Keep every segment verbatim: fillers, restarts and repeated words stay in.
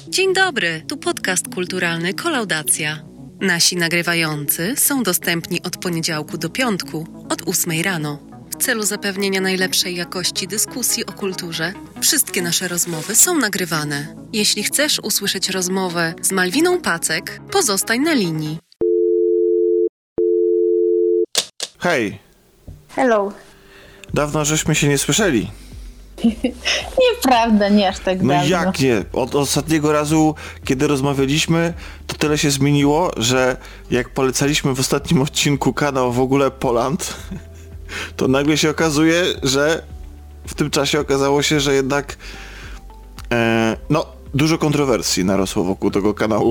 Dzień dobry, tu podcast kulturalny Kolaudacja. Nasi nagrywający są dostępni od poniedziałku do piątku, od ósmej rano. W celu zapewnienia najlepszej jakości dyskusji o kulturze, wszystkie nasze rozmowy są nagrywane. Jeśli chcesz usłyszeć rozmowę z Malwiną Pacek, pozostań na linii. Hej. Hello. Dawno żeśmy się nie słyszeli. Nieprawda, nie aż tak no dawno. No jak nie? Od ostatniego razu, kiedy rozmawialiśmy, to tyle się zmieniło, że jak polecaliśmy w ostatnim odcinku kanał w ogóle Poland, to nagle się okazuje, że w tym czasie okazało się, że jednak e, no dużo kontrowersji narosło wokół tego kanału.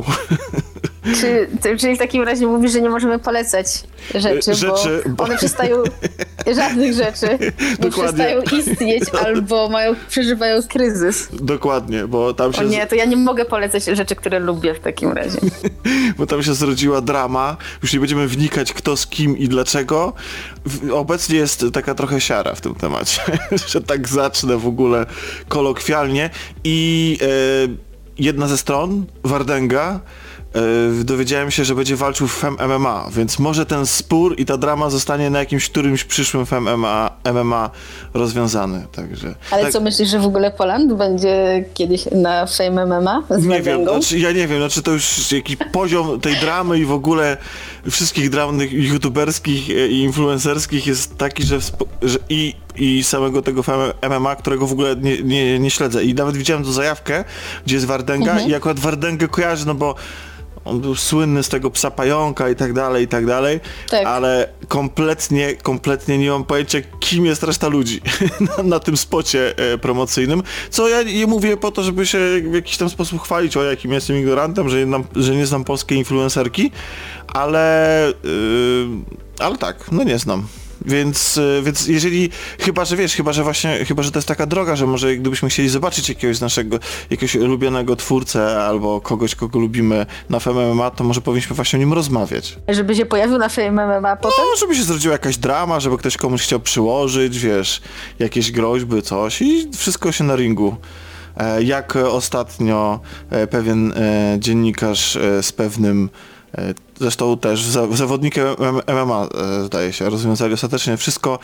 Czy, to, czyli w takim razie mówisz, że nie możemy polecać rzeczy, rzeczy bo, bo one przestają, żadnych rzeczy, bo przestają istnieć albo mają, przeżywają kryzys. Dokładnie, bo tam się... O nie, to ja nie mogę polecać rzeczy, które lubię w takim razie. Bo tam się zrodziła drama, już nie będziemy wnikać kto z kim i dlaczego. Obecnie jest taka trochę siara w tym temacie, że tak zacznę w ogóle kolokwialnie i e, jedna ze stron, Wardęga, Yy, dowiedziałem się, że będzie walczył w F E M M M A, więc może ten spór i ta drama zostanie na jakimś którymś przyszłym F E M M M A rozwiązany, także... Ale tak... co myślisz, że w ogóle Poland będzie kiedyś na F E M M M A z Nie Wardęgą? wiem, znaczy, ja nie wiem, znaczy to już jakiś poziom tej dramy i w ogóle wszystkich dram youtuberskich i influencerskich jest taki, że, że i, i samego tego F E M M A, którego w ogóle nie, nie, nie śledzę i nawet widziałem tu zajawkę, gdzie jest Wardęga mhm. i akurat Wardęgę kojarzę, no bo on był słynny z tego psa pająka i tak dalej, i tak dalej, tak. Ale kompletnie, kompletnie nie mam pojęcia, kim jest reszta ludzi na, na tym spocie e, promocyjnym, co ja nie mówię po to, żeby się w jakiś tam sposób chwalić, o jakim jestem ignorantem, że, nam, że nie znam polskiej influencerki, ale, yy, ale tak, no nie znam. Więc, więc jeżeli, chyba, że wiesz, chyba, że właśnie, chyba, że to jest taka droga, że może gdybyśmy chcieli zobaczyć jakiegoś naszego, jakiegoś ulubionego twórcę albo kogoś, kogo lubimy na F E M M M A, to może powinniśmy właśnie o nim rozmawiać. Żeby się pojawił na F E M M M A potem? No, żeby się zrodziła jakaś drama, żeby ktoś komuś chciał przyłożyć, wiesz, jakieś groźby, coś i wszystko się na ringu. E, jak ostatnio e, pewien e, dziennikarz e, z pewnym e, zresztą też zawodnikiem M M A, zdaje się, rozwiązali ostatecznie wszystko,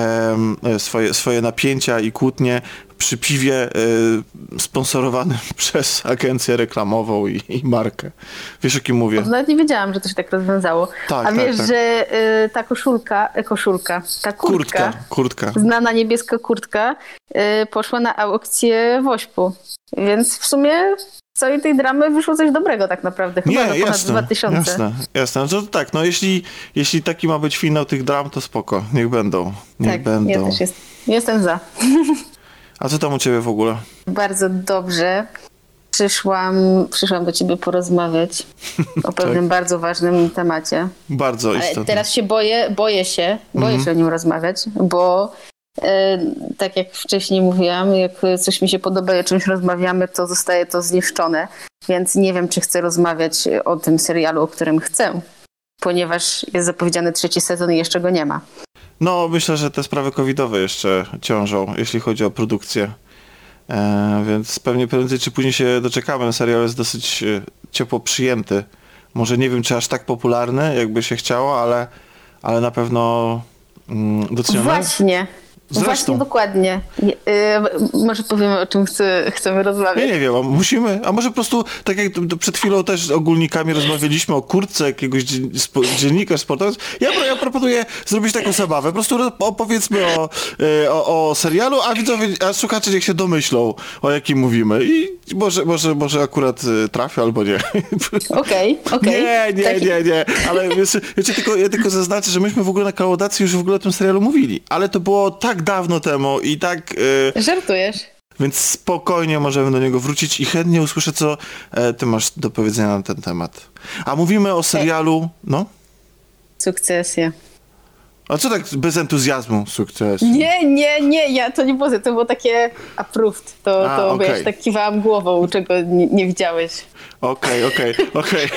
e, swoje, swoje napięcia i kłótnie przy piwie e, sponsorowanym przez agencję reklamową i, i markę. Wiesz, o kim mówię? Nawet nie wiedziałam, że to się tak rozwiązało. Tak, A wiesz, tak, tak. że y, ta koszulka, y, koszulka, ta kurtka, kurtka, kurtka, znana niebieska kurtka, y, poszła na aukcję Wośpu. Więc w sumie z całej tej dramy wyszło coś dobrego tak naprawdę. Chyba nie, za ponad jasne, dwa tysiące. Jasne, jasne. No to tak, no jeśli, jeśli taki ma być finał tych dram, to spoko. Niech będą. Niech tak, będą. ja też jest, jestem za. A co tam u ciebie w ogóle? Bardzo dobrze. Przyszłam, przyszłam do ciebie porozmawiać o pewnym tak. bardzo ważnym temacie. Bardzo istotnym. Ale teraz się boję, boję się, boję mm-hmm. się o nim rozmawiać, bo e, tak jak wcześniej mówiłam, jak coś mi się podoba i o czymś rozmawiamy, to zostaje to zniszczone. Więc nie wiem, czy chcę rozmawiać o tym serialu, o którym chcę, ponieważ jest zapowiedziany trzeci sezon i jeszcze go nie ma. No, myślę, że te sprawy covidowe jeszcze ciążą, jeśli chodzi o produkcję. E, więc pewnie prędzej czy później się doczekamy. Serial jest dosyć e, ciepło przyjęty. Może nie wiem, czy aż tak popularny, jakby się chciało, ale, ale na pewno mm, doceniony. Właśnie. Zresztą. Właśnie dokładnie. Yy, może powiemy, o czym chce, chcemy rozmawiać. Ja nie wiem, a musimy, a może po prostu, tak jak przed chwilą też ogólnikami rozmawialiśmy o kurtce jakiegoś dziennikarza sportowego. Ja, ja proponuję zrobić taką zabawę. Po prostu opowiedzmy o, o, o serialu, a widzowie, a słuchacze niech się domyślą, o jakim mówimy. I może, może, może akurat trafię albo nie. Okej, okay, okej. Okay. Nie, nie, tak. nie, nie. Ale wiesz, wiecie, tylko, ja tylko zaznaczę, że myśmy w ogóle na Kolaudacji już w ogóle o tym serialu mówili. Ale to było tak dawno temu i tak... Yy, Żartujesz. Więc spokojnie możemy do niego wrócić i chętnie usłyszę, co e, ty masz do powiedzenia na ten temat. A mówimy o serialu... No? Sukcesja. A co tak bez entuzjazmu Sukcesja? Nie, nie, nie, ja to nie było, to było takie approved. To, A, to okay. wiesz, tak kiwałam głową, czego nie, nie widziałeś. Okej, okej, okej.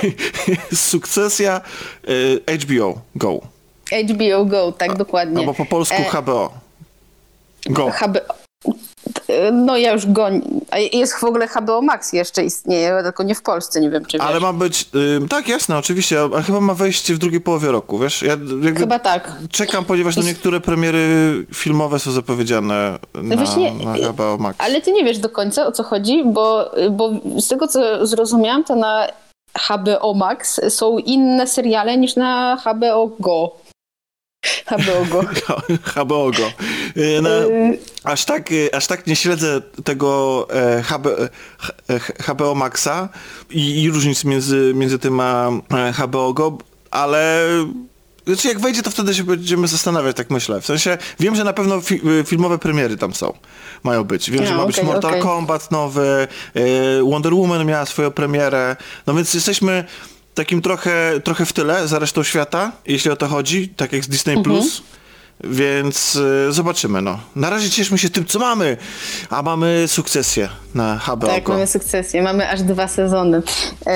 Sukcesja y, H B O Go. H B O Go, tak, dokładnie. Albo po polsku e... H B O. Go. H B O. No ja już go... A jest w ogóle H B O Max jeszcze istnieje, tylko nie w Polsce, nie wiem czy wiesz. Ale ma być... Y, tak, jasne, oczywiście, a chyba ma wejść w drugiej połowie roku, wiesz? Ja chyba tak. Czekam, ponieważ no niektóre premiery filmowe są zapowiedziane na, Właśnie, na H B O Max. Ale ty nie wiesz do końca, o co chodzi, bo, bo z tego, co zrozumiałam, to na H B O Max są inne seriale niż na H B O Go. H B O Go. H B O Go. No, aż, tak, aż tak nie śledzę tego H B, H B O Maxa i, i różnic między, między tym a H B O Go, ale znaczy jak wejdzie, to wtedy się będziemy zastanawiać, tak myślę. W sensie wiem, że na pewno fi, filmowe premiery tam są. Mają być. Wiem, no, że ma okay, być Mortal okay. Kombat nowy, Wonder Woman miała swoją premierę. No więc jesteśmy takim trochę, trochę w tyle za resztą świata, jeśli o to chodzi, tak jak z Disney+. Mhm. Plus. Więc y, zobaczymy, no. Na razie cieszmy się tym, co mamy. A mamy sukcesję na H B O. Tak, mamy sukcesję. Mamy aż dwa sezony. Yy...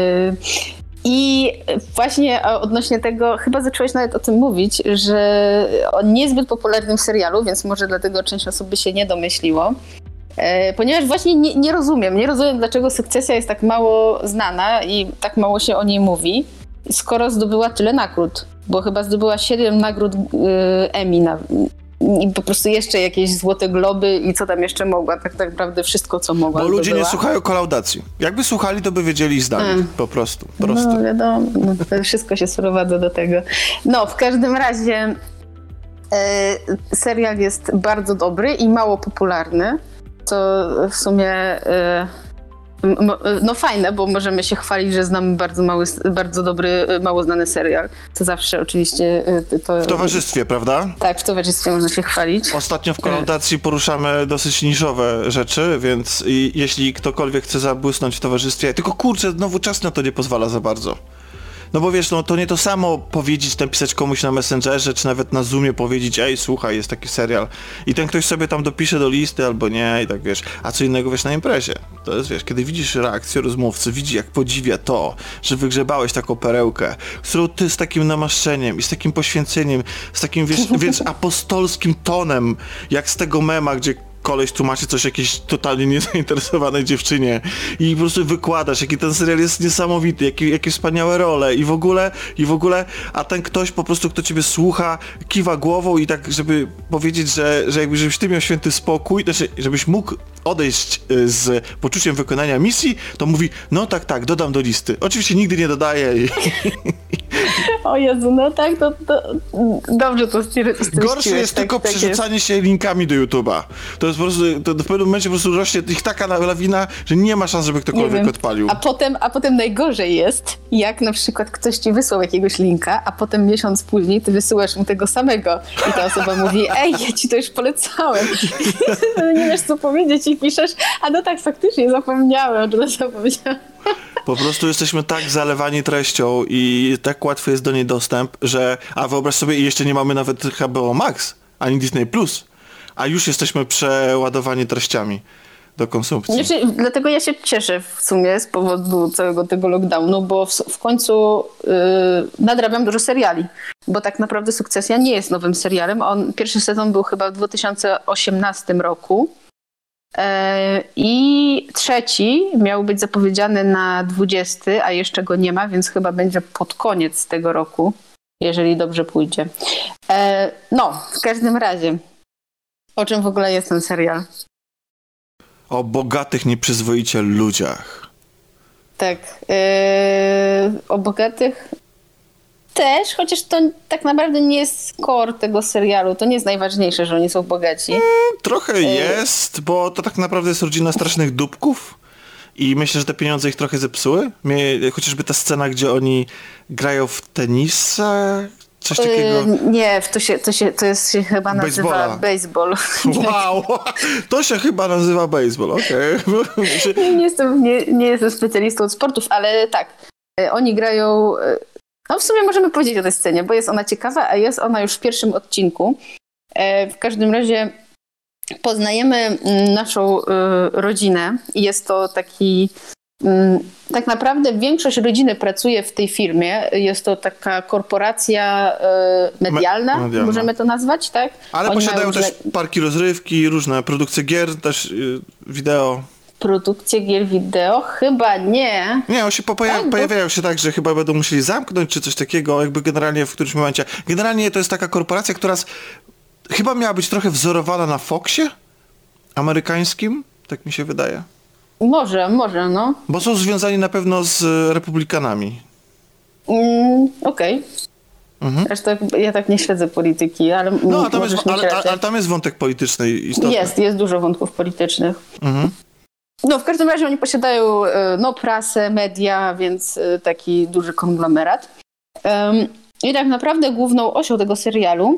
I właśnie odnośnie tego, chyba zacząłeś nawet o tym mówić, że on niezbyt popularnym serialu, więc może dlatego część osób by się nie domyśliło. E, ponieważ właśnie nie, nie rozumiem, nie rozumiem, dlaczego Sukcesja jest tak mało znana i tak mało się o niej mówi, skoro zdobyła tyle nagród. Bo chyba zdobyła siedem nagród y, Emmy na, i po prostu jeszcze jakieś Złote Globy i co tam jeszcze mogła, tak, tak naprawdę wszystko, co mogła. Bo ludzie zdobyła. Nie słuchają kolaudacji. Jakby słuchali, to by wiedzieli i zdali. Hmm. Po prostu. Prosto. No wiadomo, no, to wszystko się sprowadza do tego. No, w każdym razie e, serial jest bardzo dobry i mało popularny, co w sumie e, no fajne, bo możemy się chwalić, że znamy bardzo mały, bardzo dobry, mało znany serial. To zawsze oczywiście... To... W towarzystwie, prawda? Tak, w towarzystwie można się chwalić. Ostatnio w kolaudacji poruszamy dosyć niszowe rzeczy, więc i, jeśli ktokolwiek chce zabłysnąć w towarzystwie, tylko kurczę, znowu czas na to nie pozwala za bardzo. No bo wiesz, no to nie to samo powiedzieć, napisać komuś na Messengerze, czy nawet na Zoomie powiedzieć, ej, słuchaj, jest taki serial. I ten ktoś sobie tam dopisze do listy albo nie i tak wiesz. A co innego wiesz na imprezie. To jest, wiesz, kiedy widzisz reakcję rozmówcy, widzi jak podziwia to, że wygrzebałeś taką perełkę, którą ty z takim namaszczeniem i z takim poświęceniem, z takim, wiesz, wiesz apostolskim tonem, jak z tego mema, gdzie koleś tłumaczy coś jakiejś totalnie niezainteresowanej dziewczynie i po prostu wykładasz, jaki ten serial jest niesamowity, jakie, jakie wspaniałe role i w ogóle, i w ogóle, a ten ktoś po prostu, kto ciebie słucha, kiwa głową i tak, żeby powiedzieć, że, że jakby, żebyś ty miał święty spokój, znaczy, żebyś mógł odejść z poczuciem wykonania misji, to mówi, no tak, tak, dodam do listy. Oczywiście nigdy nie dodaję i... O Jezu, no tak, to, to dobrze to stylistycznie. Gorsze jest tak, tylko tak przerzucanie jest. się linkami do YouTube'a. To jest po prostu, to w pewnym momencie po prostu rośnie ich taka lawina, że nie ma szans, żeby ktokolwiek odpalił. A potem, a potem najgorzej jest, jak na przykład ktoś ci wysłał jakiegoś linka, a potem miesiąc później ty wysyłasz mu tego samego i ta osoba mówi, ej, ja ci to już polecałem. Nie wiesz co powiedzieć i piszesz, a no tak, faktycznie zapomniałem, że to zapomniałem. Po prostu jesteśmy tak zalewani treścią i tak łatwy jest do niej dostęp, że... A wyobraź sobie, jeszcze nie mamy nawet H B O Max, ani Disney Plus, a już jesteśmy przeładowani treściami do konsumpcji. Znaczy, dlatego ja się cieszę w sumie z powodu całego tego lockdownu, bo w, w końcu yy, nadrabiam dużo seriali, bo tak naprawdę Sukcesja nie jest nowym serialem. On, pierwszy sezon był chyba w dwa tysiące osiemnastym roku. I trzeci miał być zapowiedziany na dwudziesty, a jeszcze go nie ma, więc chyba będzie pod koniec tego roku, jeżeli dobrze pójdzie. No, w każdym razie, o czym w ogóle jest ten serial? O bogatych, nieprzyzwoicie ludziach. Tak, yy, o bogatych też, chociaż to tak naprawdę nie jest core tego serialu. To nie jest najważniejsze, że oni są bogaci. Mm, trochę jest, bo to tak naprawdę jest rodzina strasznych dupków i myślę, że te pieniądze ich trochę zepsuły. Mnie, chociażby ta scena, gdzie oni grają w tenisa, coś takiego. Yy, nie, to się, to się, to jest, się chyba nazywa baseball. Wow, to się chyba nazywa baseball, okej. Okay. nie, nie, jestem, nie, nie jestem specjalistą od sportów, ale tak, oni grają... No w sumie możemy powiedzieć o tej scenie, bo jest ona ciekawa, a jest ona już w pierwszym odcinku. W każdym razie poznajemy naszą rodzinę i jest to taki, tak naprawdę większość rodziny pracuje w tej firmie. Jest to taka korporacja y, medialna, Me- medialna, możemy to nazwać, tak? Ale Oni posiadają też różne... parki rozrywki, różne produkcje gier, też y, wideo. Produkcje gier wideo? Chyba nie. Nie, on się poja- tak, pojawiają bo... się tak, że chyba będą musieli zamknąć, czy coś takiego, jakby generalnie w którymś momencie. Generalnie to jest taka korporacja, która z... chyba miała być trochę wzorowana na Foxie amerykańskim, tak mi się wydaje. Może, może, no. Bo są związani na pewno z republikanami. Mm, Okej. Okay. Mhm. Zresztą ja tak nie śledzę polityki, ale... No, a tam jest, ale, ale tam jest wątek polityczny istotny. Jest, jest dużo wątków politycznych. Mhm. No, w każdym razie oni posiadają no, prasę, media, więc taki duży konglomerat. Um, I tak naprawdę główną osią tego serialu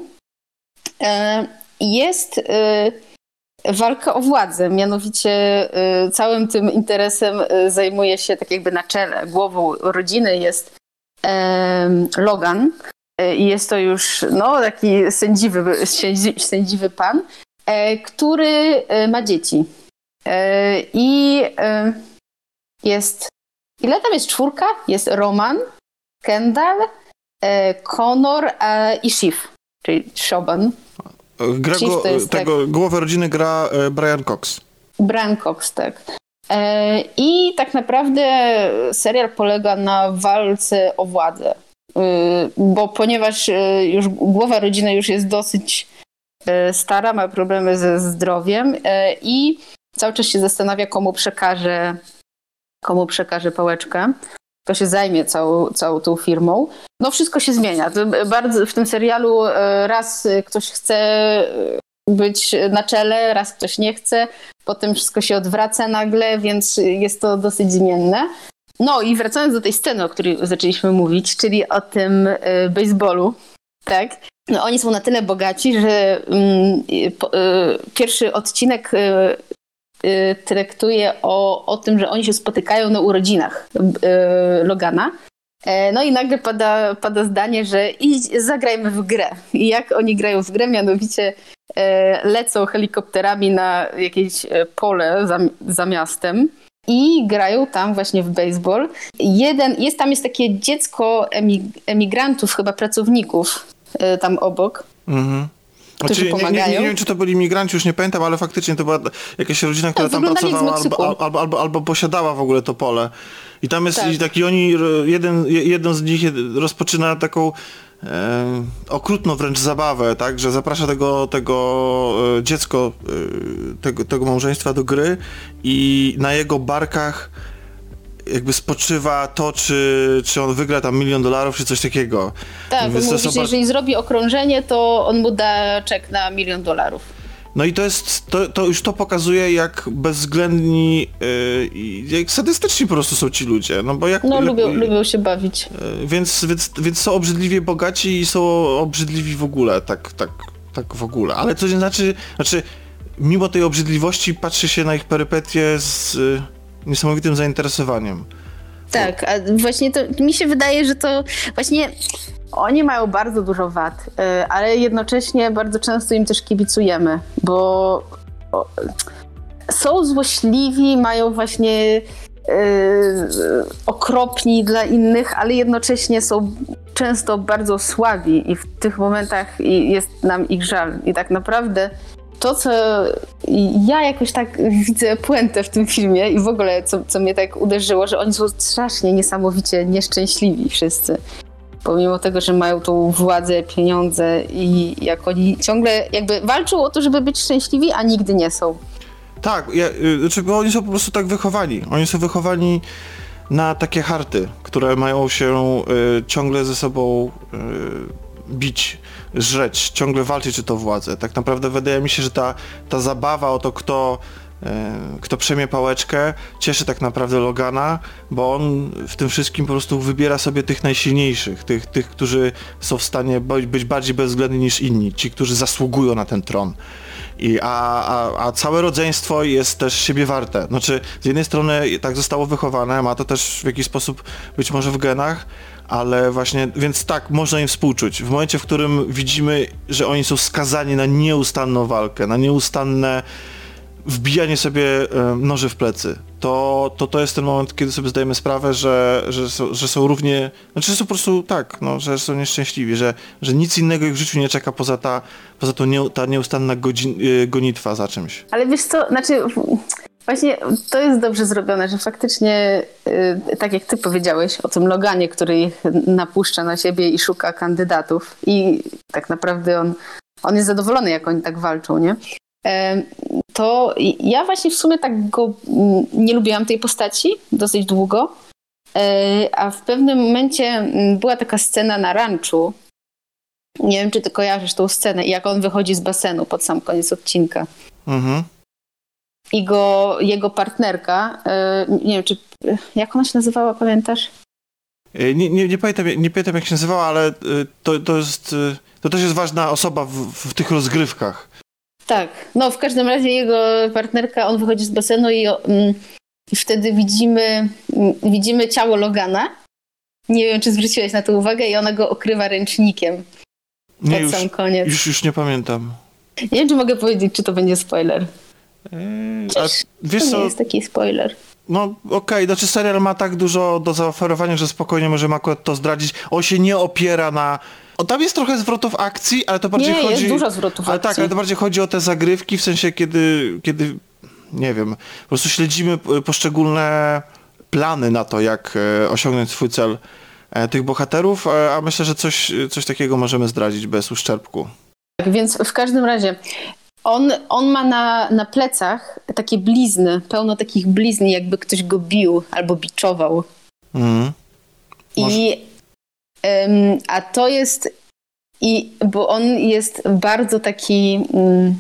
um, jest... Um, walka o władzę, mianowicie y, całym tym interesem y, zajmuje się tak jakby na czele, głową rodziny jest y, Logan i y, jest to już no, taki sędziwy, sędzi, sędziwy pan, y, który y, ma dzieci. Y, I y, jest, ile tam jest czwórka? Jest Roman, Kendall, y, Connor y, i Shiv, czyli Shoban. Gra go, tego, tak, głowę rodziny gra e, Brian Cox. Brian Cox, tak. E, I tak naprawdę serial polega na walce o władzę. E, bo ponieważ e, już głowa rodziny już jest dosyć e, stara, ma problemy ze zdrowiem e, i cały czas się zastanawia, komu przekaże, komu przekaże pałeczkę. Kto się zajmie całą, całą tą firmą. No wszystko się zmienia. Bardzo w tym serialu raz ktoś chce być na czele, raz ktoś nie chce. Potem wszystko się odwraca nagle, więc jest to dosyć zmienne. No i wracając do tej sceny, o której zaczęliśmy mówić, czyli o tym y, baseballu, tak? No, oni są na tyle bogaci, że y, po, y, pierwszy odcinek y, y, traktuje o, o tym, że oni się spotykają na urodzinach y, Logana. E, no i nagle pada, pada zdanie, że idź, zagrajmy w grę. I jak oni grają w grę, mianowicie e, lecą helikopterami na jakieś pole za, za miastem i grają tam właśnie w baseball. Jeden, jest tam jest takie dziecko emig, emigrantów, chyba pracowników e, tam obok. Mhm. Znaczy, nie, nie, nie wiem, czy to byli imigranci, już nie pamiętam, ale faktycznie to była jakaś rodzina, która tam pracowała albo, albo, albo, albo posiadała w ogóle to pole. I tam jest tak. taki oni, jeden, jeden z nich rozpoczyna taką e, okrutną wręcz zabawę, tak, że zaprasza tego, tego e, dziecko e, tego, tego małżeństwa do gry i na jego barkach jakby spoczywa to, czy, czy on wygra tam milion dolarów, czy coś takiego. Tak, on mówi, że jeżeli zrobi okrążenie, to on mu da czek na milion dolarów. No i to jest, to, to już to pokazuje, jak bezwzględni yy, jak sadystyczni po prostu są ci ludzie. No, bo jak, no jak, lubią, yy, lubią się bawić. Yy, więc, więc, więc są obrzydliwie bogaci i są obrzydliwi w ogóle, tak, tak, tak w ogóle. Ale to nie znaczy, znaczy mimo tej obrzydliwości patrzy się na ich perypetie z yy, niesamowitym zainteresowaniem. Tak, a właśnie to mi się wydaje, że to właśnie oni mają bardzo dużo wad, ale jednocześnie bardzo często im też kibicujemy, bo są złośliwi, mają właśnie yy, okropni dla innych, ale jednocześnie są często bardzo słabi i w tych momentach jest nam ich żal. I tak naprawdę to, co ja jakoś tak widzę puentę w tym filmie i w ogóle co, co mnie tak uderzyło, że oni są strasznie niesamowicie nieszczęśliwi wszyscy. Pomimo tego, że mają tą władzę, pieniądze i jak oni ciągle jakby walczą o to, żeby być szczęśliwi, a nigdy nie są. Tak, ja, znaczy, bo oni są po prostu tak wychowani. Oni są wychowani na takie harty, które mają się y, ciągle ze sobą y, bić, żreć, ciągle walczyć o tę władzę. Tak naprawdę wydaje mi się, że ta, ta zabawa o to, kto kto przejmie pałeczkę, cieszy tak naprawdę Logana, bo on w tym wszystkim po prostu wybiera sobie tych najsilniejszych, tych, tych którzy są w stanie być bardziej bezwzględni niż inni, ci, którzy zasługują na ten tron. I, a, a, a całe rodzeństwo jest też siebie warte. Znaczy, z jednej strony tak zostało wychowane, ma to też w jakiś sposób być może w genach, ale właśnie, więc tak, można im współczuć. W momencie, w którym widzimy, że oni są skazani na nieustanną walkę, na nieustanne wbijanie sobie e, noży w plecy. To, to to jest ten moment, kiedy sobie zdajemy sprawę, że, że, są, że są równie, znaczy że są po prostu tak, no, że są nieszczęśliwi, że, że nic innego ich w życiu nie czeka poza ta, poza tą nie, ta nieustanna godzin, e, gonitwa za czymś. Ale wiesz co, znaczy właśnie to jest dobrze zrobione, że faktycznie e, tak jak ty powiedziałeś o tym Loganie, który ich napuszcza na siebie i szuka kandydatów i tak naprawdę on, on jest zadowolony, jak oni tak walczą, nie? To ja właśnie w sumie tak go nie lubiłam tej postaci dosyć długo, a w pewnym momencie była taka scena na ranczu, nie wiem czy ty kojarzysz tą scenę, jak on wychodzi z basenu pod sam koniec odcinka. Mhm. I go, jego partnerka, nie wiem czy, jak ona się nazywała, pamiętasz? Nie, nie, nie, pamiętam, nie pamiętam jak się nazywała, ale to, to jest, to też jest ważna osoba w, w tych rozgrywkach. Tak, no w każdym razie jego partnerka, on wychodzi z basenu i, mm, i wtedy widzimy, mm, widzimy ciało Logana. Nie wiem, czy zwróciłeś na to uwagę i ona go okrywa ręcznikiem nie, pod już, sam koniec. Już, już nie pamiętam. Nie wiem, czy mogę powiedzieć, czy to będzie spoiler. Eee, a wiesz to co? nie jest taki spoiler. No okej, okay. Znaczy serial ma tak dużo do zaoferowania, że spokojnie możemy akurat to zdradzić. On się nie opiera na... O, tam jest trochę zwrotów akcji, ale to bardziej nie, chodzi... Nie, jest dużo zwrotów ale akcji. Tak, ale to bardziej chodzi o te zagrywki, w sensie kiedy, kiedy, nie wiem, po prostu śledzimy poszczególne plany na to, jak e, osiągnąć swój cel e, tych bohaterów, e, a myślę, że coś, coś takiego możemy zdradzić bez uszczerbku. Tak, więc w każdym razie on, on ma na, na plecach takie blizny, pełno takich blizn, jakby ktoś go bił albo biczował. Mhm. I... Um, a to jest, i, bo on jest bardzo taki, um,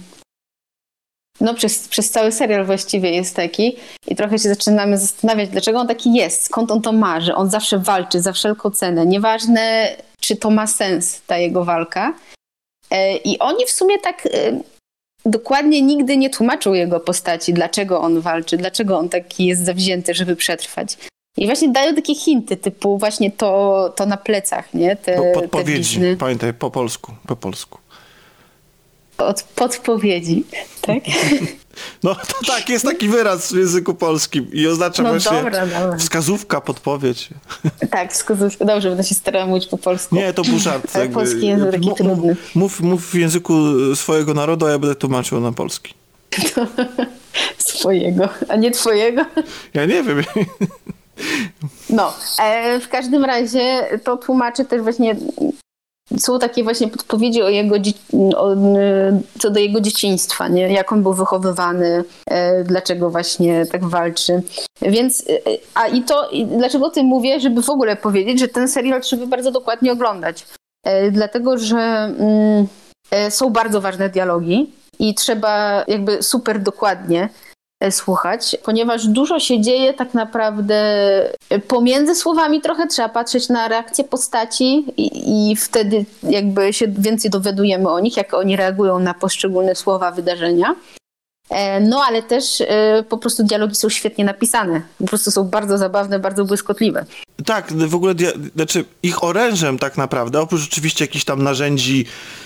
no przez, przez cały serial właściwie jest taki i trochę się zaczynamy zastanawiać, dlaczego on taki jest, skąd on to ma, że on zawsze walczy za wszelką cenę, nieważne czy to ma sens, ta jego walka. E, I oni w sumie tak e, dokładnie nigdy nie tłumaczą jego postaci, dlaczego on walczy, dlaczego on taki jest zawzięty, żeby przetrwać. I właśnie dają takie hinty, typu właśnie to, to na plecach, nie? Te, podpowiedzi, te pamiętaj, po polsku, po polsku. Od podpowiedzi, tak? No to tak, jest taki wyraz w języku polskim i oznacza no właśnie dobra, dobra. wskazówka, podpowiedź. Tak, wskazówka. Dobrze, będę się starała mówić po polsku. Nie, to był żart. Ale polski język taki trudny. Mów, mów w języku swojego narodu, a ja będę tłumaczył na polski. Swojego, a nie twojego? Ja nie wiem. No, e, w każdym razie to tłumaczy też właśnie, są takie właśnie podpowiedzi o jego, o, co do jego dzieciństwa, nie? Jak on był wychowywany, e, dlaczego właśnie tak walczy. Więc, e, a i to, i dlaczego o tym mówię, żeby w ogóle powiedzieć, że ten serial trzeba bardzo dokładnie oglądać. E, dlatego, że mm, e, są bardzo ważne dialogi i trzeba jakby super dokładnie słuchać, ponieważ dużo się dzieje tak naprawdę pomiędzy słowami, trochę trzeba patrzeć na reakcję postaci i, i wtedy jakby się więcej dowiadujemy o nich, jak oni reagują na poszczególne słowa, wydarzenia. No ale też po prostu dialogi są świetnie napisane. Po prostu są bardzo zabawne, bardzo błyskotliwe. Tak, w ogóle dia- znaczy ich orężem tak naprawdę, oprócz oczywiście jakichś tam narzędzi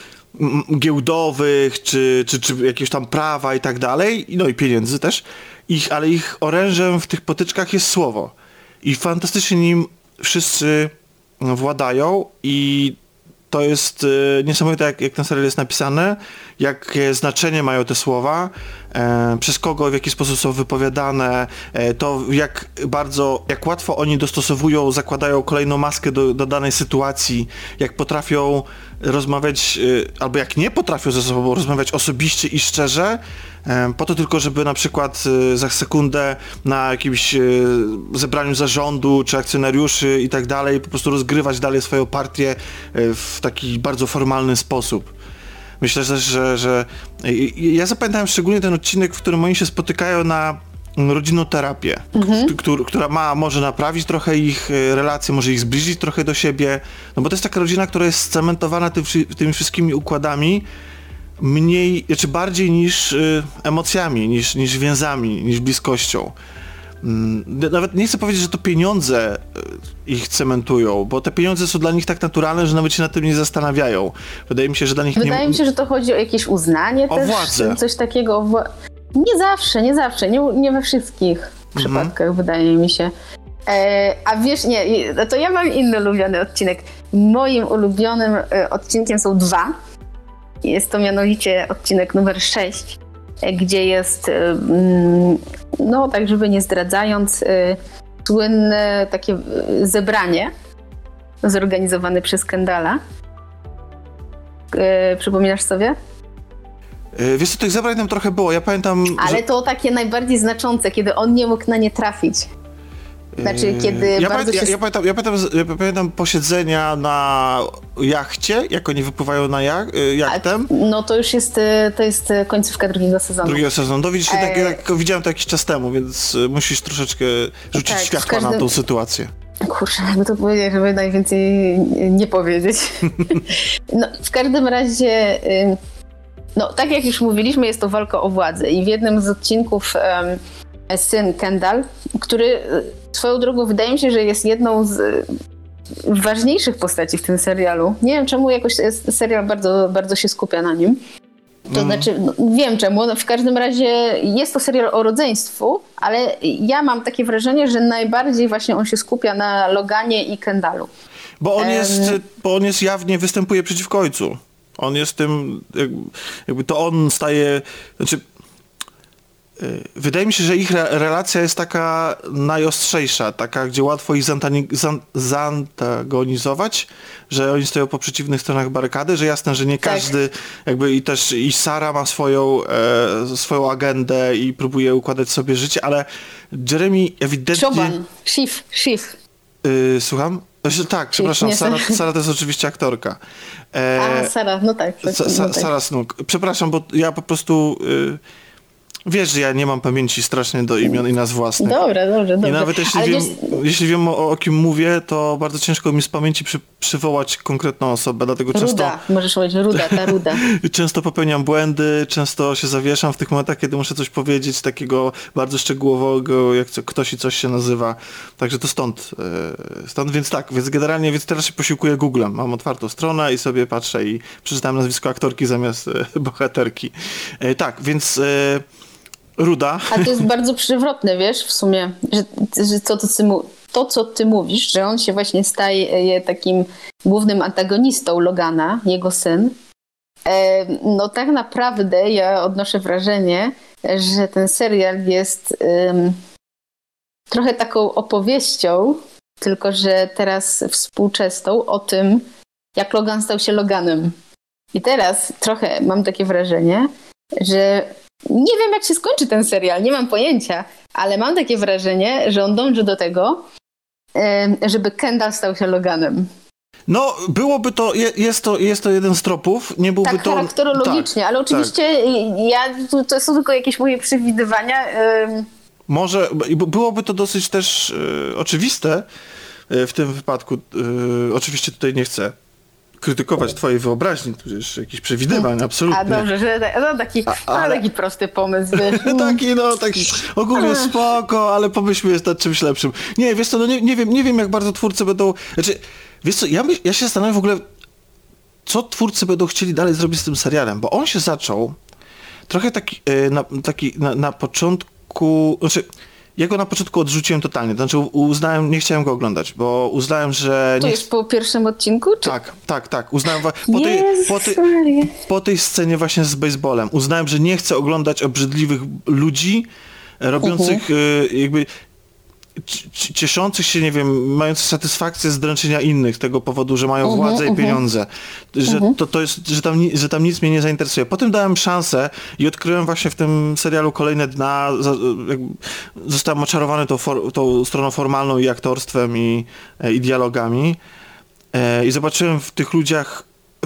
giełdowych, czy, czy, czy jakiegoś tam prawa i tak dalej, no i pieniędzy też, ich, ale ich orężem w tych potyczkach jest słowo. I fantastycznie nim wszyscy władają i to jest e, niesamowite, jak, jak ten serial jest napisany, jakie znaczenie mają te słowa, e, przez kogo, w jaki sposób są wypowiadane, e, to jak bardzo, jak łatwo oni dostosowują, zakładają kolejną maskę do, do danej sytuacji, jak potrafią rozmawiać, e, albo jak nie potrafią ze sobą rozmawiać osobiście i szczerze, e, po to tylko, żeby na przykład e, za sekundę na jakimś e, zebraniu zarządu, czy akcjonariuszy i tak dalej, po prostu rozgrywać dalej swoją partię e, w taki bardzo formalny sposób. Myślę też, że, że ja zapamiętałem szczególnie ten odcinek, w którym oni się spotykają na rodzinną terapię, mhm. k- która ma, może naprawić trochę ich relacje, może ich zbliżyć trochę do siebie, no bo to jest taka rodzina, która jest scementowana tym, tymi wszystkimi układami mniej, czy bardziej niż y, emocjami, niż, niż więzami, niż bliskością. Nawet nie chcę powiedzieć, że to pieniądze ich cementują, bo te pieniądze są dla nich tak naturalne, że nawet się nad tym nie zastanawiają. Wydaje mi się, że dla nich Wydaje nie... mi się, że to chodzi o jakieś uznanie o też, władzę. Coś takiego. O wła... Nie zawsze, nie zawsze, nie, nie we wszystkich przypadkach, mhm. wydaje mi się. E, a wiesz, nie, to ja mam inny ulubiony odcinek. Moim ulubionym odcinkiem są dwa. Jest to mianowicie odcinek numer sześć, gdzie jest, no tak żeby nie zdradzając, słynne takie zebranie zorganizowane przez Kendalla. Przypominasz sobie? Wiesz co, tych zebrań tam trochę było, ja pamiętam... Ale że... to takie najbardziej znaczące, kiedy on nie mógł na nie trafić. Znaczy, kiedy ja, bardzo pamię- się... ja, ja, pamiętam, ja, pamiętam, ja pamiętam posiedzenia na jachcie, jak oni wypływają na jach, jachtem. A, no to już jest, to jest końcówka drugiego sezonu. Drugiego sezonu. No widzisz, e... tak, tak, widziałem to jakiś czas temu, więc musisz troszeczkę rzucić tak, światła każdym... na tą sytuację. Kurczę, jakby to powiedzieć, żeby najwięcej nie powiedzieć. No, w każdym razie, no tak jak już mówiliśmy, jest to walka o władzę i w jednym z odcinków um, syn Kendall, który swoją drogą wydaje mi się, że jest jedną z ważniejszych postaci w tym serialu. Nie wiem czemu jakoś serial bardzo, bardzo się skupia na nim. To mm. znaczy, no, wiem czemu, no, w każdym razie jest to serial o rodzeństwu, ale ja mam takie wrażenie, że najbardziej właśnie on się skupia na Loganie i Kendallu. Bo on, um, jest, bo on jest jawnie występuje przeciwko ojcu. On jest tym, jakby, jakby to on staje, znaczy wydaje mi się, że ich re- relacja jest taka najostrzejsza, taka, gdzie łatwo ich zantani- zan- zantagonizować, że oni stoją po przeciwnych stronach barykady, że jasne, że nie tak. każdy, jakby i też i Sara ma swoją, e, swoją agendę i próbuje układać sobie życie, ale Jeremy ewidentnie... Siobhan, Schiff, Schiff. Yy, słucham? Tak, przepraszam, Sara, Sara to jest oczywiście aktorka. E, A, Sara, no tak. tak, Sa- no tak. Sara Snook. Przepraszam, bo ja po prostu... Yy, Wiesz, że ja nie mam pamięci strasznie do imion i nazw własnych. Dobra, dobrze, dobrze. I nawet jeśli wiem, wiesz... jeśli wiem o, o kim mówię, to bardzo ciężko mi z pamięci przy, przywołać konkretną osobę, dlatego Ruda, często... możesz powiedzieć Ruda, ta Ruda. Często popełniam błędy, często się zawieszam w tych momentach, kiedy muszę coś powiedzieć takiego bardzo szczegółowego, jak co, ktoś i coś się nazywa. Także to stąd. Yy, stąd, więc tak, więc generalnie więc teraz się posiłkuję Googlem. Mam otwartą stronę i sobie patrzę i przeczytałem nazwisko aktorki zamiast yy, bohaterki. Yy, tak, więc... Yy, Ruda. A to jest bardzo przewrotne, wiesz, w sumie, że, że to, to, ty, to, co ty mówisz, że on się właśnie staje takim głównym antagonistą Logana, jego syn. E, no tak naprawdę ja odnoszę wrażenie, że ten serial jest um, trochę taką opowieścią, tylko że teraz współczesną o tym, jak Logan stał się Loganem. I teraz trochę mam takie wrażenie, że nie wiem, jak się skończy ten serial, nie mam pojęcia, ale mam takie wrażenie, że on dąży do tego, żeby Kendall stał się Loganem. No, byłoby to, jest to, jest to jeden z tropów, nie byłby tak to... charakterologicznie, tak, ale oczywiście tak. ja, to są tylko jakieś moje przewidywania. Może, byłoby to dosyć też e, oczywiste e, w tym wypadku. E, oczywiście tutaj nie chcę krytykować twojej wyobraźni, tudzież jakichś przewidywań, absolutnie. A dobrze, że no, taki, a, ale... taki prosty pomysł, wiesz. taki, no, taki ogólnie spoko, ale pomyślmy nad czymś lepszym. Nie, wiesz co, no nie, nie wiem, nie wiem jak bardzo twórcy będą, znaczy, wiesz co, ja, my, ja się zastanawiam w ogóle, co twórcy będą chcieli dalej zrobić z tym serialem, bo on się zaczął trochę taki, na, taki na, na początku, znaczy, ja go na początku odrzuciłem totalnie, to znaczy uznałem, nie chciałem go oglądać, bo uznałem, że... To nie... jest po pierwszym odcinku? Czy... Tak, tak, tak. Uznałem po tej, po, tej, po tej scenie właśnie z baseballem. Uznałem, że nie chcę oglądać obrzydliwych ludzi robiących uh-huh. jakby cieszących się, nie wiem, mających satysfakcję z dręczenia innych z tego powodu, że mają uh-huh, władzę uh-huh. i pieniądze. Że uh-huh. to, to jest, że tam, że tam nic mnie nie zainteresuje. Potem dałem szansę i odkryłem właśnie w tym serialu kolejne dna. Zostałem oczarowany tą, for, tą stroną formalną i aktorstwem i, i dialogami. I zobaczyłem w tych ludziach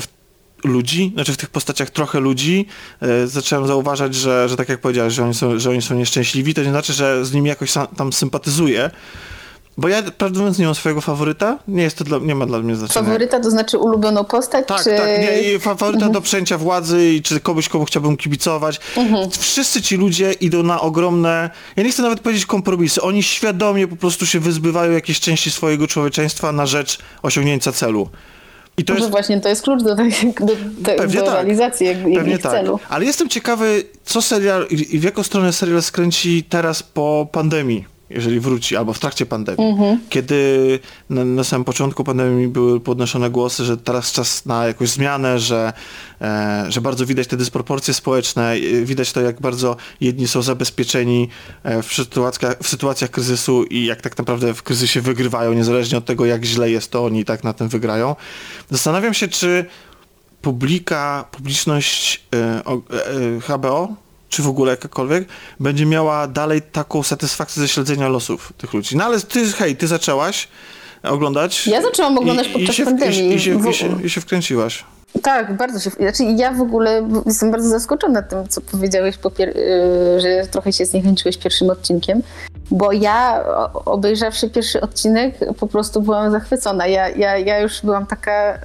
ludzi, znaczy w tych postaciach trochę ludzi, e, zacząłem zauważać, że, że tak jak powiedziałeś, że oni, są, że oni są nieszczęśliwi, to nie znaczy, że z nimi jakoś sam, tam sympatyzuję, bo ja prawdę mówiąc nie mam swojego faworyta, nie jest to dla, nie ma dla mnie znaczenia. Faworyta to znaczy ulubioną postać? Tak, czy... tak, nie, i faworyta mhm. do przejęcia władzy i czy kogoś, komu chciałbym kibicować. Mhm. Wszyscy ci ludzie idą na ogromne, ja nie chcę nawet powiedzieć kompromisy, oni świadomie po prostu się wyzbywają jakiejś części swojego człowieczeństwa na rzecz osiągnięcia celu. I to Może jest... właśnie to jest klucz do, tej, do, do, do tak. realizacji jak, Pewnie ich tak. celu. Ale jestem ciekawy, co serial i w jaką stronę serial skręci teraz po pandemii, jeżeli wróci, albo w trakcie pandemii. Mm-hmm. Kiedy na, na samym początku pandemii były podnoszone głosy, że teraz czas na jakąś zmianę, że, e, że bardzo widać te dysproporcje społeczne, widać to, jak bardzo jedni są zabezpieczeni e, w, sytuacjach, w sytuacjach kryzysu i jak tak naprawdę w kryzysie wygrywają, niezależnie od tego, jak źle jest, to oni i tak na tym wygrają. Zastanawiam się, czy publika, publiczność e, o, e, H B O, czy w ogóle jakakolwiek, będzie miała dalej taką satysfakcję ze śledzenia losów tych ludzi. No ale ty, hej, ty zaczęłaś oglądać. Ja zaczęłam oglądać i, podczas i się, pandemii. I, i, się, w... i, się, I się wkręciłaś. Tak, bardzo się... Znaczy ja w ogóle jestem bardzo zaskoczona tym, co powiedziałeś, popier... że trochę się zniechęciłeś pierwszym odcinkiem, bo ja obejrzawszy pierwszy odcinek po prostu byłam zachwycona. Ja, ja, ja już byłam taka...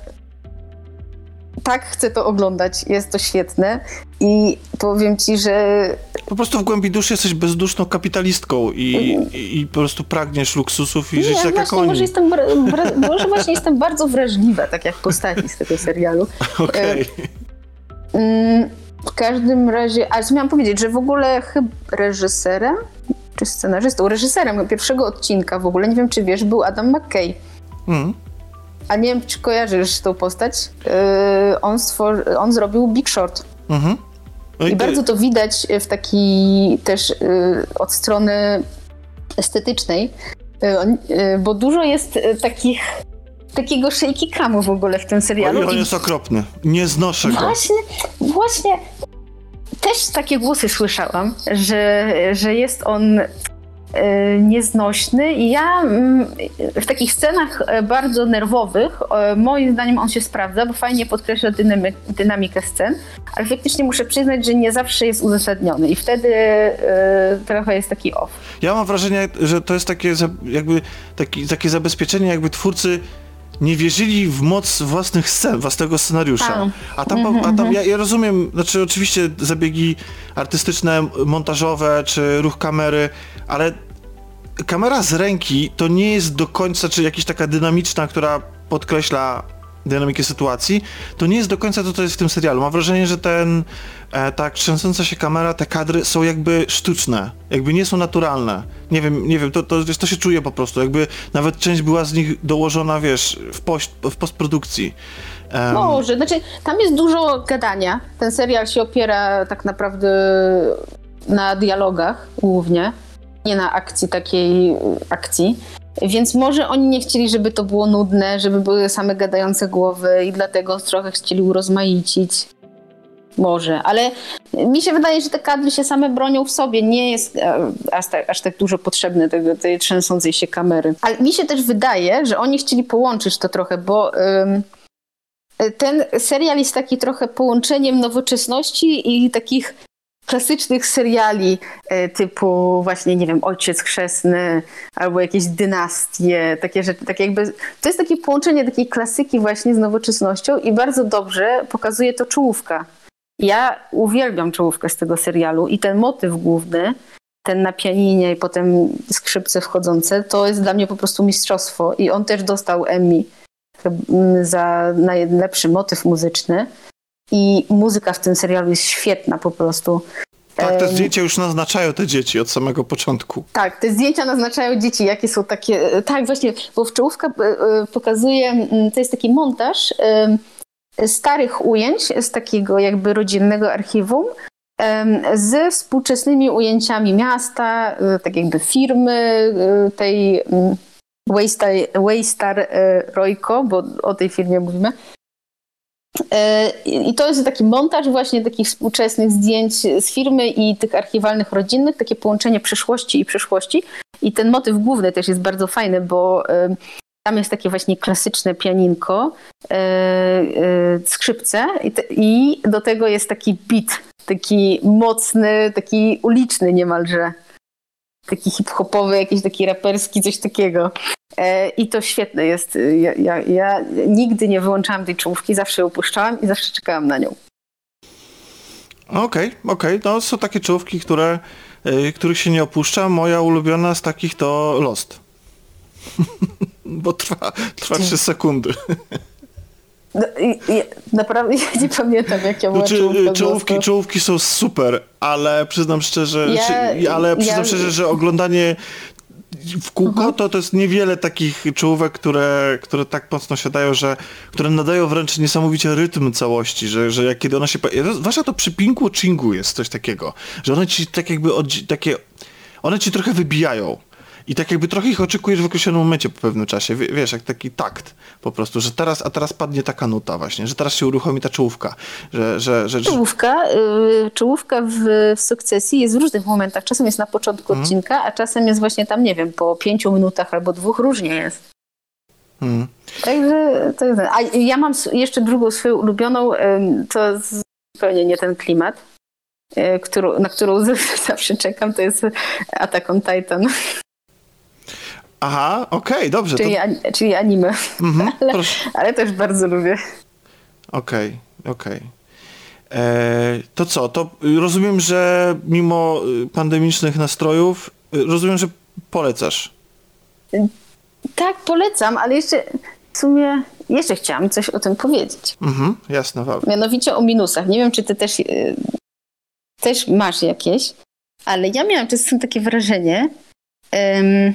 Tak, chcę to oglądać, jest to świetne i powiem ci, że... Po prostu w głębi duszy jesteś bezduszną kapitalistką i, i, i po prostu pragniesz luksusów i nie, żyć tak jak oni. Może, jestem, bra- może właśnie jestem bardzo wrażliwa, tak jak postaci z tego serialu. Okej. Okay. W każdym razie, ale miałam powiedzieć, że w ogóle chyba reżyserem, czy scenarzystą, reżyserem pierwszego odcinka w ogóle, nie wiem czy wiesz, był Adam McKay. Mm. A nie wiem, czy kojarzysz tą postać. Yy, on, stwor- on zrobił Big Short. Mhm. No i, I ty... bardzo to widać w taki też yy, od strony estetycznej, yy, yy, bo dużo jest yy, takich takiego shaky camu w ogóle w tym serialu. Oj, on jest okropny. Nie znoszę go. Właśnie, właśnie też takie głosy słyszałam, że, że jest on nieznośny i ja w takich scenach bardzo nerwowych moim zdaniem on się sprawdza, bo fajnie podkreśla dynamy- dynamikę scen, ale faktycznie muszę przyznać, że nie zawsze jest uzasadniony i wtedy y, trochę jest taki off. Ja mam wrażenie, że to jest takie jakby taki, takie zabezpieczenie, jakby twórcy nie wierzyli w moc własnych scen, własnego scenariusza. A, a tam, mm-hmm. a tam ja, ja rozumiem, znaczy oczywiście zabiegi artystyczne, montażowe, czy ruch kamery, ale kamera z ręki to nie jest do końca, czy jakaś taka dynamiczna, która podkreśla dynamikę sytuacji, to nie jest do końca to, co jest w tym serialu. Mam wrażenie, że ten, e, ta trzęsąca się kamera, te kadry są jakby sztuczne, jakby nie są naturalne. Nie wiem, nie wiem, to, to, wiesz, to się czuje po prostu, jakby nawet część była z nich dołożona, wiesz, w, post, w postprodukcji. Um. Może, znaczy tam jest dużo gadania. Ten serial się opiera tak naprawdę na dialogach głównie, nie na akcji takiej akcji. Więc może oni nie chcieli, żeby to było nudne, żeby były same gadające głowy i dlatego trochę chcieli urozmaicić. Może, ale mi się wydaje, że te kadry się same bronią w sobie. Nie jest aż tak, aż tak dużo potrzebne tego, tej trzęsącej się kamery. Ale mi się też wydaje, że oni chcieli połączyć to trochę, bo ym, ten serial jest taki trochę połączeniem nowoczesności i takich klasycznych seriali typu właśnie, nie wiem, Ojciec Chrzestny albo jakieś dynastie, takie rzeczy, takie jakby, to jest takie połączenie takiej klasyki właśnie z nowoczesnością i bardzo dobrze pokazuje to czołówka. Ja uwielbiam czołówkę z tego serialu i ten motyw główny, ten na pianinie i potem skrzypce wchodzące, to jest dla mnie po prostu mistrzostwo i on też dostał Emmy za najlepszy motyw muzyczny. I muzyka w tym serialu jest świetna po prostu. Tak, te zdjęcia już naznaczają te dzieci od samego początku. Tak, te zdjęcia naznaczają dzieci, jakie są takie... Tak, właśnie, bo czołówka pokazuje, to jest taki montaż starych ujęć z takiego jakby rodzinnego archiwum ze współczesnymi ujęciami miasta, tak jakby firmy tej Waystar, Waystar Royco, bo o tej firmie mówimy. I to jest taki montaż właśnie takich współczesnych zdjęć z firmy i tych archiwalnych rodzinnych, takie połączenie przeszłości i przyszłości. I ten motyw główny też jest bardzo fajny, bo tam jest takie właśnie klasyczne pianinko, skrzypce i do tego jest taki beat, taki mocny, taki uliczny niemalże. Taki hip-hopowy, jakiś taki raperski, coś takiego. E, I to świetne jest. Ja, ja, ja nigdy nie wyłączałam tej czołówki, zawsze ją puszczałam i zawsze czekałam na nią. Okej, okay, okej. Okay. No są takie czołówki, które, y, których się nie opuszcza. Moja ulubiona z takich to Lost. Bo trwa, trwa trzy sekundy. No, i, i, naprawdę ja nie pamiętam, jak ja była znaczy, czołówka. Czołówki, czołówki są super, ale przyznam szczerze, ja, czy, ale przyznam ja... szczerze, że oglądanie w kółko uh-huh. to, to jest niewiele takich czołówek, które, które tak mocno siadają, że które nadają wręcz niesamowicie rytm całości, że, że jak kiedy ona się... Zwłaszcza to przy Pinku Chingu jest coś takiego, że one ci tak jakby od, takie... One ci trochę wybijają. I tak jakby trochę ich oczekujesz w określonym momencie po pewnym czasie. W, wiesz, jak taki takt po prostu, że teraz, a teraz padnie taka nuta właśnie, że teraz się uruchomi ta czołówka. Że, że, że, czołówka yy, czołówka w, w Sukcesji jest w różnych momentach. Czasem jest na początku hmm. odcinka, a czasem jest właśnie tam, nie wiem, po pięciu minutach albo dwóch, różnie jest. Hmm. Także to jest... A ja mam jeszcze drugą swoją ulubioną, yy, to zupełnie nie ten klimat, yy, którą, na którą zawsze czekam, to jest Attack on Titan. Aha, okej, okay, dobrze. Czyli, to... an, czyli anime. Mm-hmm, ale, ale też bardzo lubię. Okej, okay, okej. Okay. To co, to rozumiem, że mimo pandemicznych nastrojów, rozumiem, że polecasz. Tak, polecam, ale jeszcze w sumie jeszcze chciałam coś o tym powiedzieć. Mhm, jasne, Wal. Mianowicie o minusach. Nie wiem, czy ty też, yy, też masz jakieś, ale ja miałam czasem takie wrażenie, yy,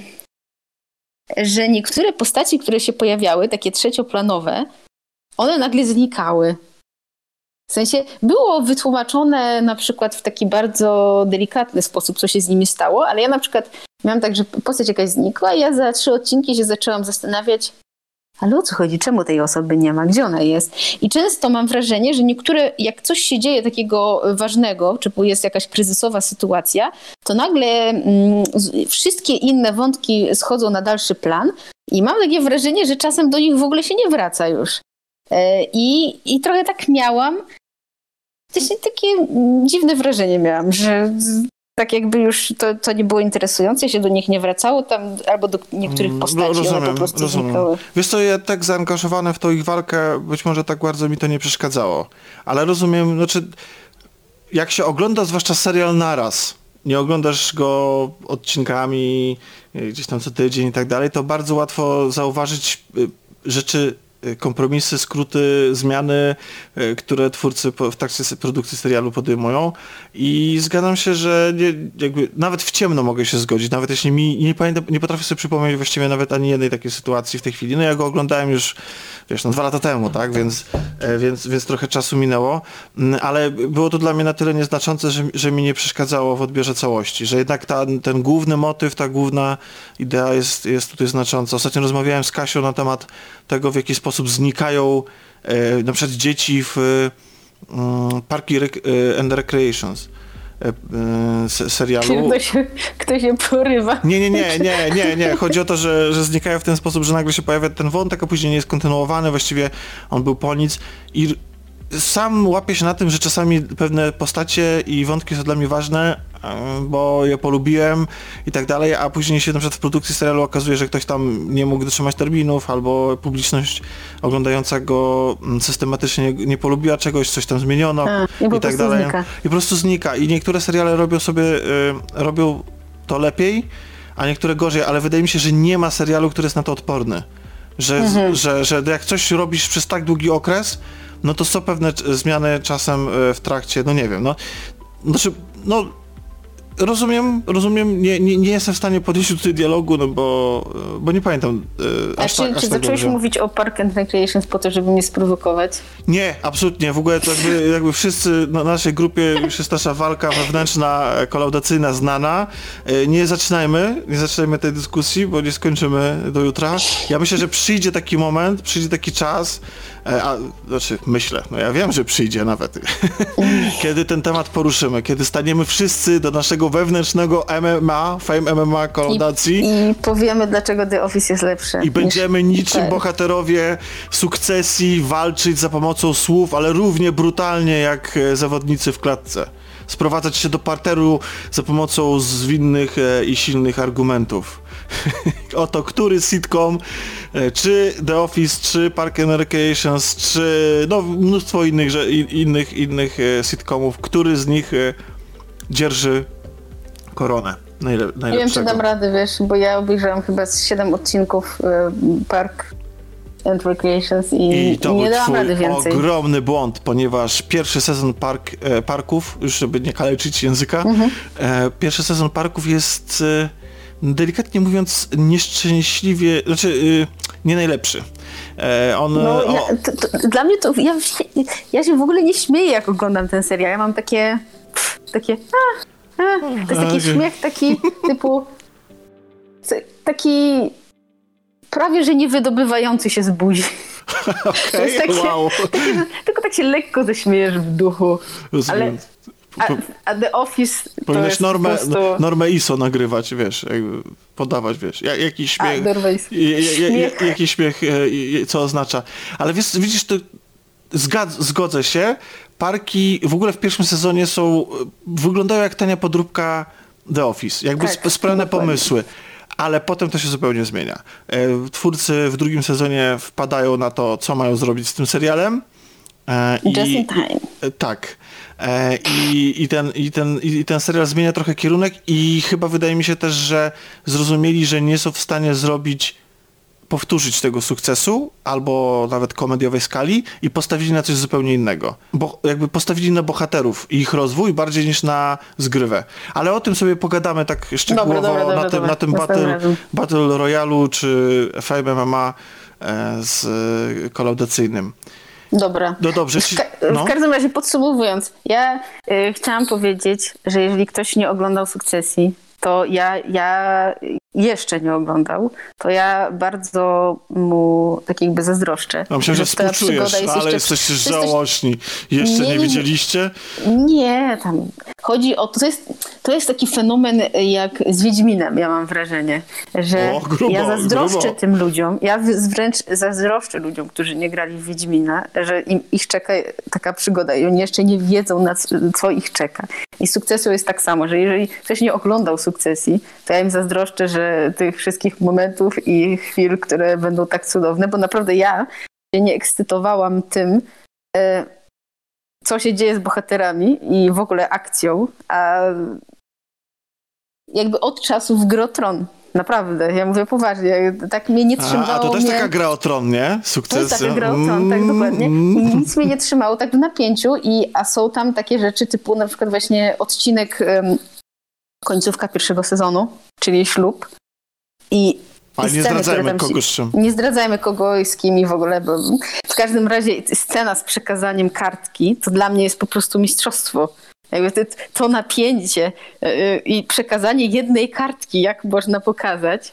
że niektóre postaci, które się pojawiały, takie trzecioplanowe, one nagle znikały. W sensie było wytłumaczone na przykład w taki bardzo delikatny sposób, co się z nimi stało, ale ja na przykład miałam tak, że postać jakaś znikła i ja za trzy odcinki się zaczęłam zastanawiać, ale o co chodzi? Czemu tej osoby nie ma? Gdzie ona jest? I często mam wrażenie, że niektóre, jak coś się dzieje takiego ważnego, czy jest jakaś kryzysowa sytuacja, to nagle mm, wszystkie inne wątki schodzą na dalszy plan i mam takie wrażenie, że czasem do nich w ogóle się nie wraca już. E, i, I trochę tak miałam. Takie dziwne wrażenie miałam, że tak jakby już to, to nie było interesujące, się do nich nie wracało tam, albo do niektórych postaci rozumiem, one po prostu rozumiem. Znikały. Wiesz co, ja tak zaangażowany w tą ich walkę, być może tak bardzo mi to nie przeszkadzało. Ale rozumiem, znaczy jak się ogląda zwłaszcza serial naraz, nie oglądasz go odcinkami gdzieś tam co tydzień i tak dalej, to bardzo łatwo zauważyć rzeczy, kompromisy, skróty, zmiany, które twórcy w trakcie produkcji serialu podejmują i zgadzam się, że nie, jakby nawet w ciemno mogę się zgodzić, nawet jeśli mi nie pamiętam, nie potrafię sobie przypomnieć właściwie nawet ani jednej takiej sytuacji w tej chwili. No ja go oglądałem już, wiesz, no dwa lata temu, tak, więc, więc, więc trochę czasu minęło, ale było to dla mnie na tyle nieznaczące, że, że mi nie przeszkadzało w odbiorze całości, że jednak ta, ten główny motyw, ta główna idea jest, jest tutaj znacząca. Ostatnio rozmawiałem z Kasią na temat tego, w jaki sposób znikają e, na przykład dzieci w e, Parki Rec- and Recreations e, e, serialu. Ktoś, ktoś się porywa. Nie, nie, nie, nie, nie, nie. Chodzi o to, że, że znikają w ten sposób, że nagle się pojawia ten wątek, a później nie jest kontynuowany, właściwie on był po nic i sam łapię się na tym, że czasami pewne postacie i wątki są dla mnie ważne, bo je polubiłem i tak dalej, a później się na przykład w produkcji serialu okazuje, że ktoś tam nie mógł dotrzymać terminów, albo publiczność oglądająca go systematycznie nie, nie polubiła czegoś, coś tam zmieniono a, i, i tak dalej. Znika. I po prostu znika. I niektóre seriale robią sobie, y, robią to lepiej, a niektóre gorzej, ale wydaje mi się, że nie ma serialu, który jest na to odporny. Że, mhm. że, że jak coś robisz przez tak długi okres, no to są pewne zmiany czasem w trakcie, no nie wiem, no, znaczy, no, rozumiem, rozumiem, nie, nie, nie jestem w stanie podjąć tutaj dialogu, no bo, bo nie pamiętam e, aż A tak, czy, czy tak zacząłeś dobrze. mówić o Park and Recreations po to, żeby mnie sprowokować? Nie, absolutnie, w ogóle to jakby, jakby wszyscy na naszej grupie już jest nasza walka wewnętrzna, kolaudacyjna znana. Nie zaczynajmy, nie zaczynajmy tej dyskusji, bo nie skończymy do jutra. Ja myślę, że przyjdzie taki moment, przyjdzie taki czas, a, znaczy myślę, no ja wiem, że przyjdzie nawet, kiedy ten temat poruszymy, kiedy staniemy wszyscy do naszego wewnętrznego M M A, Fame M M A kolaudacji. I, I powiemy, dlaczego The Office jest lepsze. I będziemy niczym tak. bohaterowie Sukcesji walczyć za pomocą słów, ale równie brutalnie jak zawodnicy w klatce. Sprowadzać się do parteru za pomocą zwinnych i silnych argumentów. Oto, który sitcom, czy The Office, czy Park and Recreations, czy no, mnóstwo innych, że, innych, innych sitcomów, który z nich dzierży koronę najle- Nie wiem, czy dam radę, wiesz, bo ja obejrzałam chyba z siedem odcinków y, Park and Recreations i, I to i nie był dałam twój rady więcej. ogromny błąd, ponieważ pierwszy sezon park, e, parków, już żeby nie kaleczyć języka, Mhm. e, pierwszy sezon parków jest e, delikatnie mówiąc nieszczęśliwie, znaczy e, nie najlepszy. E, on, No, o, ja, to, to, dla mnie to, ja, ja się w ogóle nie śmieję, jak oglądam ten serial. Ja mam takie, pff, takie, a, a, to jest taki Okay. śmiech taki typu, taki prawie, że nie wydobywający się z buzi. To okej, jest takie, wow. takie, że tylko tak się lekko zaśmiejesz w duchu. Rozumiem. A, a The Office to Powinieneś jest normę, po prostu... normę I S O nagrywać, wiesz, jakby podawać, wiesz, jak, jaki śmiech, A, normę I S O. ja- ja- ja- Śmiech. jaki śmiech, e, e, co oznacza. Ale wiesz, widzisz, to zgad- zgodzę się, parki w ogóle w pierwszym sezonie są, wyglądają jak tania podróbka The Office, jakby Tak, sp- spełne dokładnie. pomysły. Ale potem to się zupełnie zmienia. E, Twórcy w drugim sezonie wpadają na to, co mają zrobić z tym serialem. E, Just i- in time. E, Tak. E, i, i, ten, i, ten, I ten serial zmienia trochę kierunek i chyba wydaje mi się też, że zrozumieli, że nie są w stanie zrobić, powtórzyć tego sukcesu albo nawet komediowej skali i postawili na coś zupełnie innego. Bo jakby postawili na bohaterów i ich rozwój bardziej niż na zgrywę. Ale o tym sobie pogadamy tak szczegółowo Dobra, dobra, dobra, na tym, dobra. na tym Następnym battle, razem. battle Royalu czy Fame M M A e, z e, kolaudacyjnym. Dobra. No dobrze. W, Ci, ka- no. w każdym razie podsumowując, ja y, chciałam powiedzieć, że jeżeli ktoś nie oglądał Sukcesji, to ja, ja jeszcze nie oglądał, to ja bardzo mu tak jakby zazdroszczę. No, myślę, że ta współczujesz, przygoda jest ale jeszcze- jesteście to jest coś- żałośni. Jeszcze Nie, nie, nie, nie. widzieliście? Nie, tam chodzi o to, to jest, to jest taki fenomen jak z Wiedźminem, ja mam wrażenie, że O, grubo, ja zazdroszczę grubo. tym ludziom, ja w- wręcz zazdroszczę ludziom, którzy nie grali w Wiedźmina, że im, ich czeka taka przygoda i oni jeszcze nie wiedzą, na co, co ich czeka. I z Sukcesją jest tak samo, że jeżeli ktoś nie oglądał Sukcesji, to ja im zazdroszczę, że tych wszystkich momentów i chwil, które będą tak cudowne, bo naprawdę ja się nie ekscytowałam tym, e, co się dzieje z bohaterami i w ogóle akcją, a jakby od czasów Gry o Tron. Naprawdę, ja mówię poważnie, tak mnie nie trzymało. A, a to też mnie... taka gra o tron, nie? To Sukcesja. jest taka gra o Tron, tak dokładnie. I nic mnie nie trzymało tak w napięciu, i, a są tam takie rzeczy typu na przykład właśnie odcinek um, końcówka pierwszego sezonu, czyli ślub. I Ale i nie sceny, które zdradzajmy tam się- kogo z czym. Nie zdradzajmy kogo i z kim i w ogóle, bo w każdym razie scena z przekazaniem kartki to dla mnie jest po prostu mistrzostwo. Jakby to, to napięcie yy, i przekazanie jednej kartki, jak można pokazać.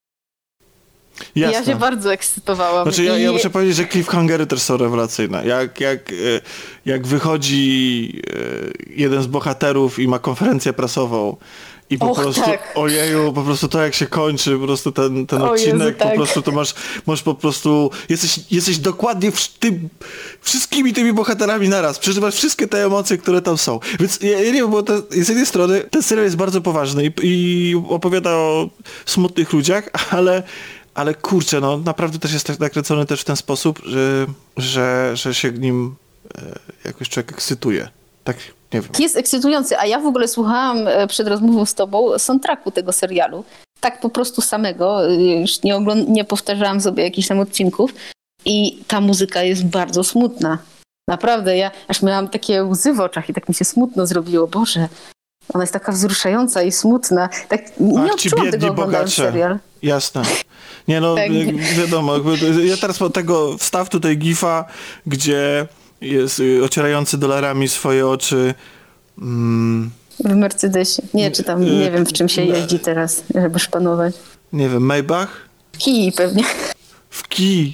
Jasne. Ja się bardzo ekscytowałam. Znaczy ja, I... ja muszę powiedzieć, że cliffhangery też są rewelacyjne. Jak, jak, e, jak wychodzi e, jeden z bohaterów i ma konferencję prasową i po Och, prostu, tak. ojeju, po prostu to jak się kończy, po prostu ten, ten O Jezu, odcinek, po tak. prostu to masz, masz po prostu, jesteś, jesteś dokładnie w tym, wszystkimi tymi bohaterami naraz, przeżywasz wszystkie te emocje, które tam są. Więc ja, ja nie wiem, bo to, z jednej strony ten serial jest bardzo poważny i, i opowiada o smutnych ludziach, ale Ale kurczę, no naprawdę też jest tak nakręcony też w ten sposób, że, że, że się nim e, jakoś człowiek ekscytuje. Tak, nie wiem. Jest ekscytujący, a ja w ogóle słuchałam e, przed rozmową z tobą soundtracku tego serialu. Tak po prostu samego, e, już nie, ogląd- nie powtarzałam sobie jakichś tam odcinków i ta muzyka jest bardzo smutna. Naprawdę, ja aż miałam takie łzy w oczach i tak mi się smutno zrobiło. Boże, ona jest taka wzruszająca i smutna. Tak nie Ach, ci odczułam biedni tego oglądając bogacze. serial. Jasne. Nie no, Tak. jak wiadomo, jakby, ja teraz mam tego, wstaw tutaj gifa, gdzie jest y, ocierający dolarami swoje oczy. Mm, W Mercedesie. Nie, czy tam, nie wiem w czym się jeździ teraz, żeby szpanować. nie wiem, Maybach? Kij pewnie. W kij.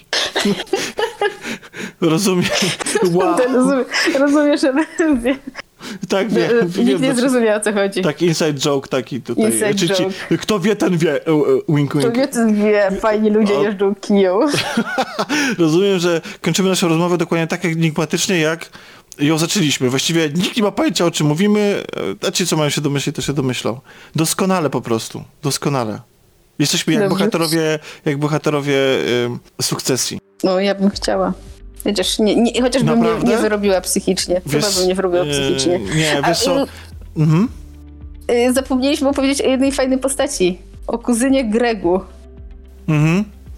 Rozumiem. Wow. Rozumiem, rozumiesz, że Tak, wiem. nikt wiem, nie co- zrozumiał, o co chodzi. Tak, inside joke taki tutaj. Inside Czy ci, joke. kto wie, ten wie. E, e, Wink, To wink. wie, to wie, fajni ludzie O. jeżdżą kiją. Rozumiem, że kończymy naszą rozmowę dokładnie tak enigmatycznie, jak ją zaczęliśmy. Właściwie nikt nie ma pojęcia, o czym mówimy, a ci, co mają się domyślić, to się domyślą. Doskonale po prostu. Doskonale. Jesteśmy jak Dobrze. bohaterowie, jak bohaterowie y, Sukcesji. No, ja bym chciała. Chociaż, nie, nie, chociaż bym nie, Naprawdę? nie wyrobiła psychicznie. Chyba bym nie wyrobiła e, psychicznie. Nie, A, wiesz co? y, Mhm. y, Zapomnieliśmy opowiedzieć o jednej fajnej postaci. O kuzynie Gregu. Mhm.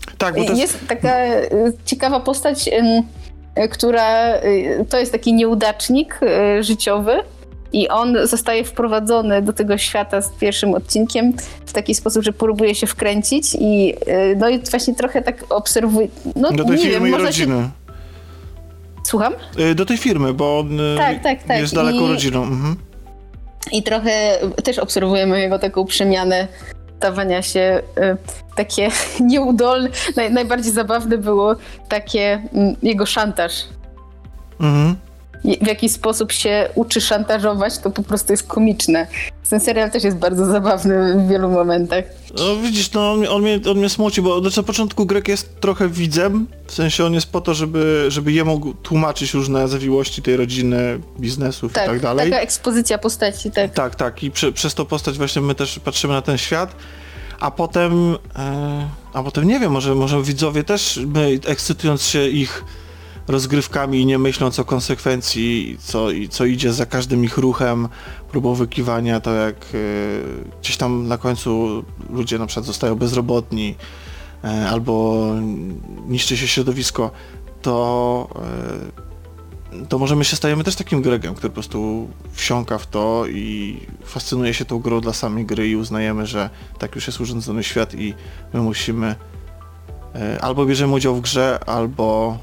Tak, bo to jest... jest taka ciekawa postać, która to jest taki nieudacznik życiowy i on zostaje wprowadzony do tego świata z pierwszym odcinkiem w taki sposób, że próbuje się wkręcić i no i właśnie trochę tak obserwuje. No, do tej nie firmy wiem, i rodziny. Się... Słucham? Do tej firmy, bo on tak, tak, tak. jest daleko I... rodziną. Mhm. I trochę też obserwujemy jego taką przemianę stawania się y, takie nieudolne. Naj, najbardziej zabawne było takie y, jego szantaż. Mhm. W jaki sposób się uczy szantażować, to po prostu jest komiczne. Ten serial też jest bardzo zabawny w wielu momentach. No widzisz, no on, on, mnie, on mnie smuci, bo na początku Greg jest trochę widzem, w sensie on jest po to, żeby, żeby jemu tłumaczyć różne zawiłości tej rodziny, biznesów tak, i tak dalej. Taka ekspozycja postaci, tak. Tak, tak i prze, przez tą postać właśnie my też patrzymy na ten świat, a potem, e, a potem nie wiem, może, może widzowie też, my ekscytując się ich rozgrywkami i nie myśląc o konsekwencji, co, i co idzie za każdym ich ruchem, próbą wykiwania, to jak y, gdzieś tam na końcu ludzie na przykład zostają bezrobotni y, albo niszczy się środowisko, to, y, to może my się stajemy też takim Gregiem, który po prostu wsiąka w to i fascynuje się tą grą dla samej gry i uznajemy, że tak już jest urządzony świat i my musimy y, albo bierzemy udział w grze, albo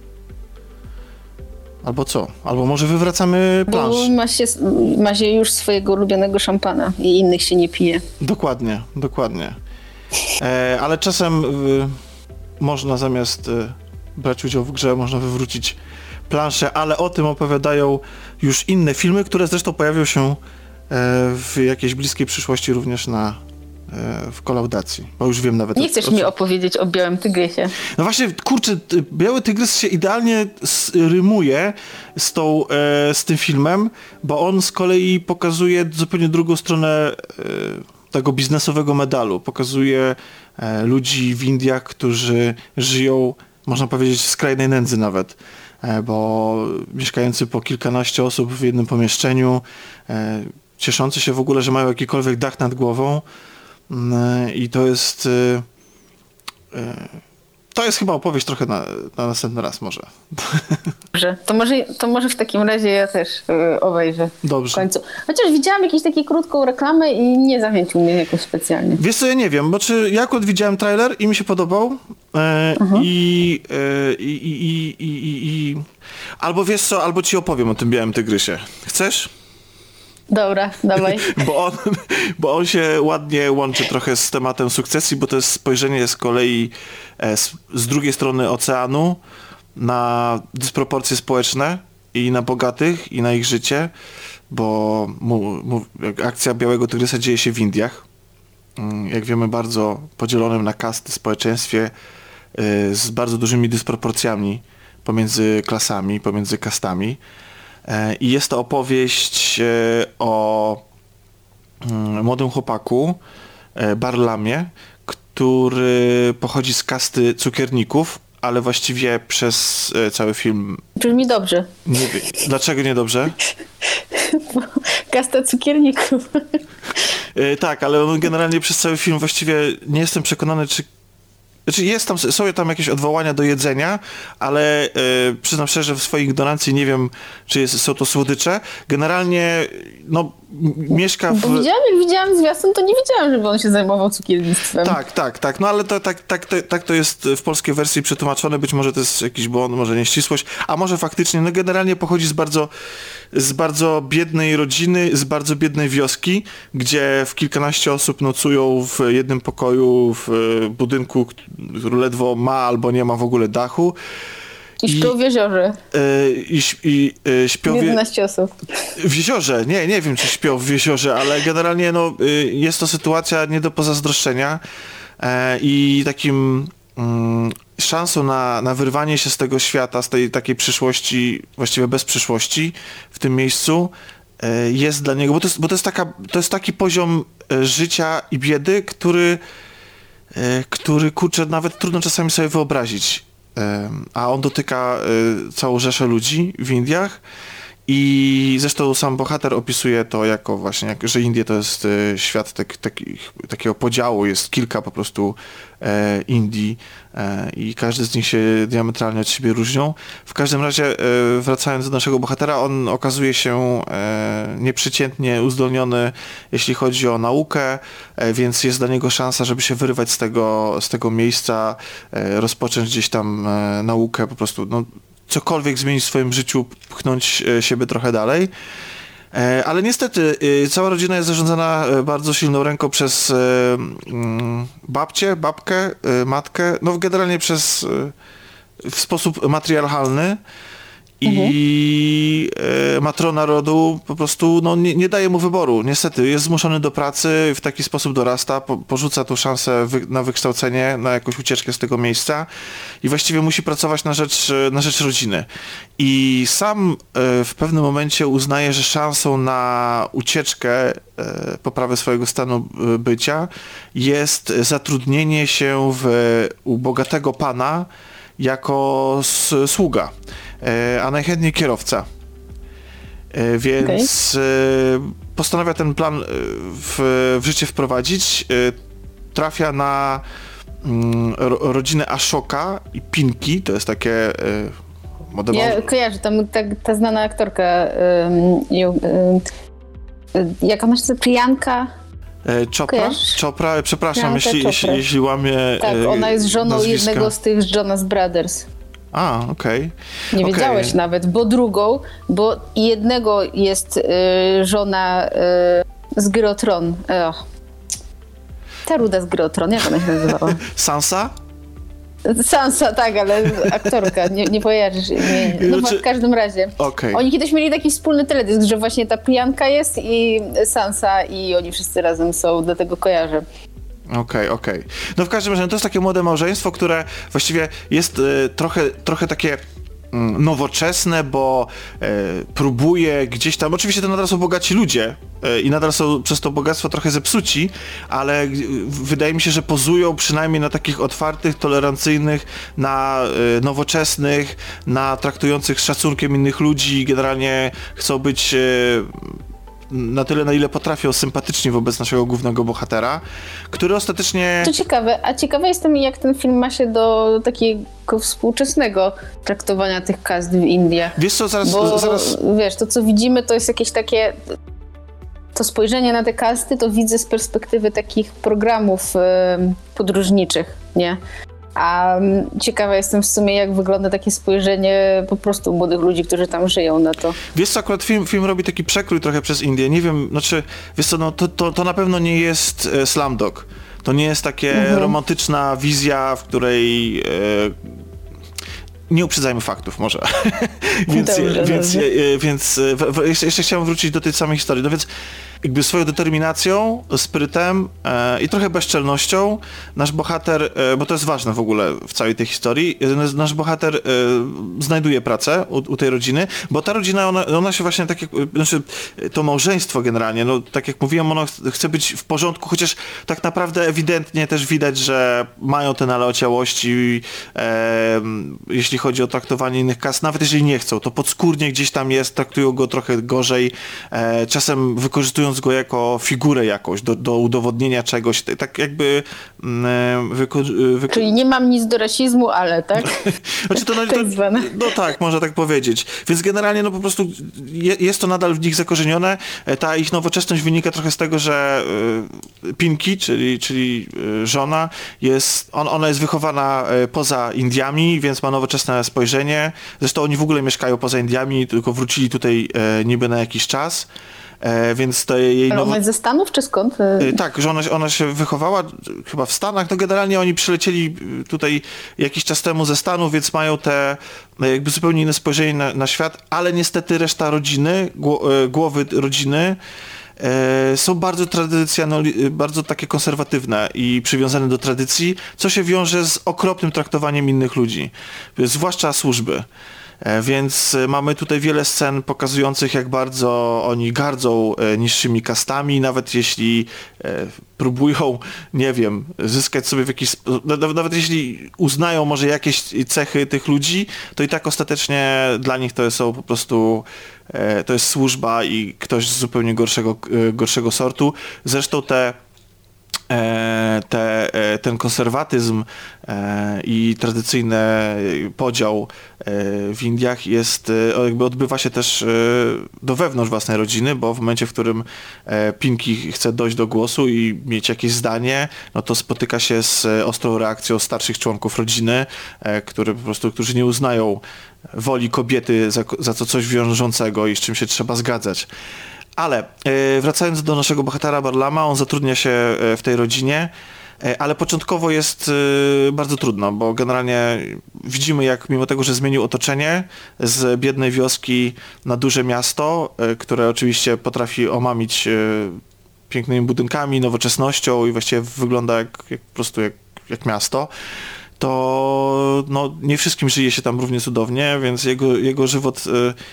Albo co? Albo może wywracamy plansz. Bo ma się, ma się już swojego ulubionego szampana i innych się nie pije. Dokładnie, dokładnie. E, ale czasem y, można zamiast y, brać udział w grze, można wywrócić planszę, ale o tym opowiadają już inne filmy, które zresztą pojawią się e, w jakiejś bliskiej przyszłości również na w kolaudacji, bo już wiem nawet... Nie chcesz o, o mi opowiedzieć o Białym Tygrysie? No właśnie, kurczę, Biały Tygrys się idealnie rymuje z, tą, e, z tym filmem, bo on z kolei pokazuje zupełnie drugą stronę e, tego biznesowego medalu. Pokazuje e, ludzi w Indiach, którzy żyją, można powiedzieć, w skrajnej nędzy nawet, e, bo mieszkający po kilkanaście osób w jednym pomieszczeniu, e, cieszący się w ogóle, że mają jakikolwiek dach nad głową. I to jest to jest chyba opowieść trochę na, na następny raz może. Dobrze, to może, to może w takim razie ja też yy, obejrzę. Dobrze. W końcu. Chociaż widziałam jakąś taką krótką reklamę i nie zachęcił mnie jakoś specjalnie. Wiesz co, ja nie wiem, bo czy ja akurat widziałem trailer i mi się podobał e, mhm. i, e, i, i, i, i, i albo wiesz co, albo ci opowiem o tym Białym Tygrysie. Chcesz? Dobra, dawaj. bo, on, bo on się ładnie łączy trochę z tematem sukcesji, bo to jest spojrzenie z kolei e, z, z drugiej strony oceanu na dysproporcje społeczne i na bogatych i na ich życie, bo mu, mu, akcja Białego Tygrysa dzieje się w Indiach. Jak wiemy, bardzo podzielonym na kasty społeczeństwie e, z bardzo dużymi dysproporcjami pomiędzy klasami, pomiędzy kastami. I jest to opowieść o młodym chłopaku, Barlamie, który pochodzi z kasty cukierników, ale właściwie przez cały film... Brzmi dobrze. Nie, dlaczego niedobrze? Bo kasta cukierników. Tak, ale on generalnie przez cały film właściwie nie jestem przekonany, czy Znaczy jest tam, są tam jakieś odwołania do jedzenia, ale yy, przyznam szczerze, w swojej ignorancji nie wiem, czy jest, są to słodycze. Generalnie, no, mieszka w... Bo widziałam, jak widziałam zwiastun, to nie wiedziałam, żeby on się zajmował cukiernictwem. Tak, tak, tak, no ale to, tak, tak, tak, tak to jest w polskiej wersji przetłumaczone, być może to jest jakiś błąd, może nieścisłość, a może faktycznie, no generalnie pochodzi z bardzo, z bardzo biednej rodziny, z bardzo biednej wioski, gdzie w kilkanaście osób nocują w jednym pokoju, w budynku, który ledwo ma albo nie ma w ogóle dachu. I śpią w jeziorze. Yy, I, i yy, śpią jedenaście osób. W jeziorze. Nie, nie wiem, czy śpią w jeziorze, ale generalnie no, yy, jest to sytuacja nie do pozazdroszczenia yy, i takim yy, szansą na, na wyrwanie się z tego świata, z tej takiej przyszłości, właściwie bez przyszłości w tym miejscu yy, jest dla niego, bo to jest, bo to jest, taka, to jest taki poziom yy, życia i biedy, który, yy, który kurczę, nawet trudno czasami sobie wyobrazić. A on dotyka y, całą rzeszę ludzi w Indiach I zresztą sam bohater opisuje to jako właśnie, jak, że Indie to jest e, świat tak, taki, takiego podziału, jest kilka po prostu e, Indii e, i każdy z nich się diametralnie od siebie różnią. W każdym razie, e, wracając do naszego bohatera, on okazuje się e, nieprzeciętnie uzdolniony, jeśli chodzi o naukę, e, więc jest dla niego szansa, żeby się wyrwać z tego, z tego miejsca, e, rozpocząć gdzieś tam e, naukę, po prostu no, cokolwiek zmienić w swoim życiu, pchnąć siebie trochę dalej. Ale niestety cała rodzina jest zarządzana bardzo silną ręką przez babcię, babkę, matkę, no generalnie przez w sposób matriarchalny. I e, matrona rodu po prostu no, nie, nie daje mu wyboru. Niestety jest zmuszony do pracy, w taki sposób dorasta, po, porzuca tą szansę wy, na wykształcenie, na jakąś ucieczkę z tego miejsca i właściwie musi pracować na rzecz, na rzecz rodziny. I sam e, w pewnym momencie uznaje, że szansą na ucieczkę, e, poprawę swojego stanu bycia jest zatrudnienie się w, u bogatego pana jako s, sługa. A najchętniej kierowca. Więc okay. postanawia ten plan w, w życie wprowadzić. Trafia na rodzinę Ashoka i Pinki, to jest takie model. Ja kojarzę, tam ta, ta znana aktorka, um, um, jak ona się nazywa? Priyanka? Chopra? Chopra, przepraszam, jeśli, jeśli, jeśli łamię Tak, ona jest żoną nazwiska. jednego z tych Jonas Brothers. A, okej. Okay. Nie okay. wiedziałeś nawet, bo drugą, bo jednego jest y, żona y, z Gry o Tron. Ech. Ta ruda z Gry o Tron, jak ona się nazywała? Sansa? Sansa, tak, ale aktorka, nie, nie kojarzysz. Nie, no znaczy, w każdym razie. Okay. Oni kiedyś mieli taki wspólny teledysk, że właśnie ta Priyanka jest i Sansa i oni wszyscy razem są, do tego kojarzę. Okej, okay, okej. Okay. No w każdym razie to jest takie młode małżeństwo, które właściwie jest y, trochę, trochę takie nowoczesne, bo e, próbuje gdzieś tam, oczywiście to nadal są bogaci ludzie e, i nadal są przez to bogactwo trochę zepsuci, ale wydaje mi się, że pozują przynajmniej na takich otwartych, tolerancyjnych, na e, nowoczesnych, na traktujących z szacunkiem innych ludzi, generalnie chcą być e, na tyle, na ile potrafią, sympatyczni wobec naszego głównego bohatera, który ostatecznie... To ciekawe, a ciekawa jestem, jak ten film ma się do takiego współczesnego traktowania tych kast w Indiach. Wiesz co, zaraz... Bo, zaraz... wiesz, to co widzimy, to jest jakieś takie... To spojrzenie na te kasty, to widzę z perspektywy takich programów y, podróżniczych, nie? A ciekawa jestem w sumie, jak wygląda takie spojrzenie po prostu młodych ludzi, którzy tam żyją na to. Wiesz co, akurat film, film robi taki przekrój trochę przez Indię. Nie wiem, znaczy, wiesz co, no to, to, to na pewno nie jest e, Slumdog. To nie jest takie mhm. romantyczna wizja, w której... E, nie uprzedzajmy faktów może. więc dobrze, więc, dobrze. E, więc e, w, jeszcze, jeszcze chciałem wrócić do tej samej historii. No więc jakby swoją determinacją, sprytem e, i trochę bezczelnością nasz bohater, e, bo to jest ważne w ogóle w całej tej historii, nasz bohater e, znajduje pracę u, u tej rodziny, bo ta rodzina, ona, ona się właśnie tak jak, znaczy to małżeństwo generalnie, no tak jak mówiłem, ono chce być w porządku, chociaż tak naprawdę ewidentnie też widać, że mają te naleciałości, e, jeśli chodzi o traktowanie innych kast, nawet jeżeli nie chcą, to podskórnie gdzieś tam jest, traktują go trochę gorzej, e, czasem wykorzystują go jako figurę jakąś, do, do udowodnienia czegoś, tak jakby... Wyko, wyko... Czyli nie mam nic do rasizmu, ale tak? znaczy to, no, to, no tak, można tak powiedzieć. Więc generalnie no po prostu je, jest to nadal w nich zakorzenione. Ta ich nowoczesność wynika trochę z tego, że y, Pinki, czyli, czyli y, żona, jest, on, ona jest wychowana y, poza Indiami, więc ma nowoczesne spojrzenie. Zresztą oni w ogóle mieszkają poza Indiami, tylko wrócili tutaj y, niby na jakiś czas. E, więc to jej... Ale ona jest ze Stanów, czy skąd? E, tak, że ona, ona się wychowała chyba w Stanach, no generalnie oni przylecieli tutaj jakiś czas temu ze Stanów, więc mają te jakby zupełnie inne spojrzenie na, na świat, ale niestety reszta rodziny, gło, głowy rodziny e, są bardzo tradycjonalne, bardzo takie konserwatywne i przywiązane do tradycji, co się wiąże z okropnym traktowaniem innych ludzi, zwłaszcza służby. Więc mamy tutaj wiele scen pokazujących, jak bardzo oni gardzą niższymi kastami, nawet jeśli próbują, nie wiem, zyskać sobie w jakiś... Nawet jeśli uznają może jakieś cechy tych ludzi, to i tak ostatecznie dla nich to są po prostu... To jest służba i ktoś z zupełnie gorszego, gorszego sortu. Zresztą te Te, ten konserwatyzm i tradycyjny podział w Indiach jest, jakby odbywa się też do wewnątrz własnej rodziny, bo w momencie, w którym Pinky chce dojść do głosu i mieć jakieś zdanie, no to spotyka się z ostrą reakcją starszych członków rodziny, które po prostu, którzy nie uznają woli kobiety za, za to coś wiążącego i z czym się trzeba zgadzać. Ale wracając do naszego bohatera Barlama, on zatrudnia się w tej rodzinie, ale początkowo jest bardzo trudno, bo generalnie widzimy, jak mimo tego, że zmienił otoczenie z biednej wioski na duże miasto, które oczywiście potrafi omamić pięknymi budynkami, nowoczesnością i właściwie wygląda jak, jak po prostu jak, jak miasto, to no, nie wszystkim żyje się tam równie cudownie, więc jego, jego żywot...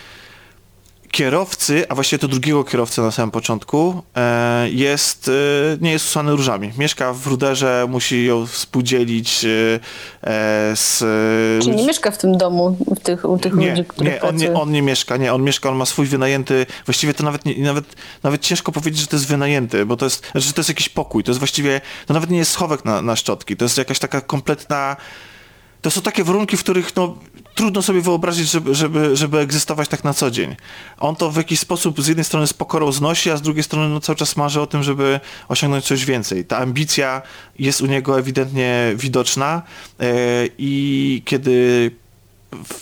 kierowcy, a właściwie to drugiego kierowcy na samym początku, jest, nie jest usłany różami. Mieszka w ruderze, musi ją współdzielić z... Czyli nie mieszka w tym domu, u tych, u tych nie, ludzi, których nie, on nie, on nie mieszka, nie, on mieszka, on ma swój wynajęty, właściwie to nawet, nie, nawet, nawet ciężko powiedzieć, że to jest wynajęty, bo to jest, że to jest jakiś pokój, to jest właściwie, to nawet nie jest schowek na, na szczotki, to jest jakaś taka kompletna... To są takie warunki, w których no, trudno sobie wyobrazić, żeby, żeby, żeby egzystować tak na co dzień. On to w jakiś sposób z jednej strony z pokorą znosi, a z drugiej strony no, cały czas marzy o tym, żeby osiągnąć coś więcej. Ta ambicja jest u niego ewidentnie widoczna yy, i kiedy w,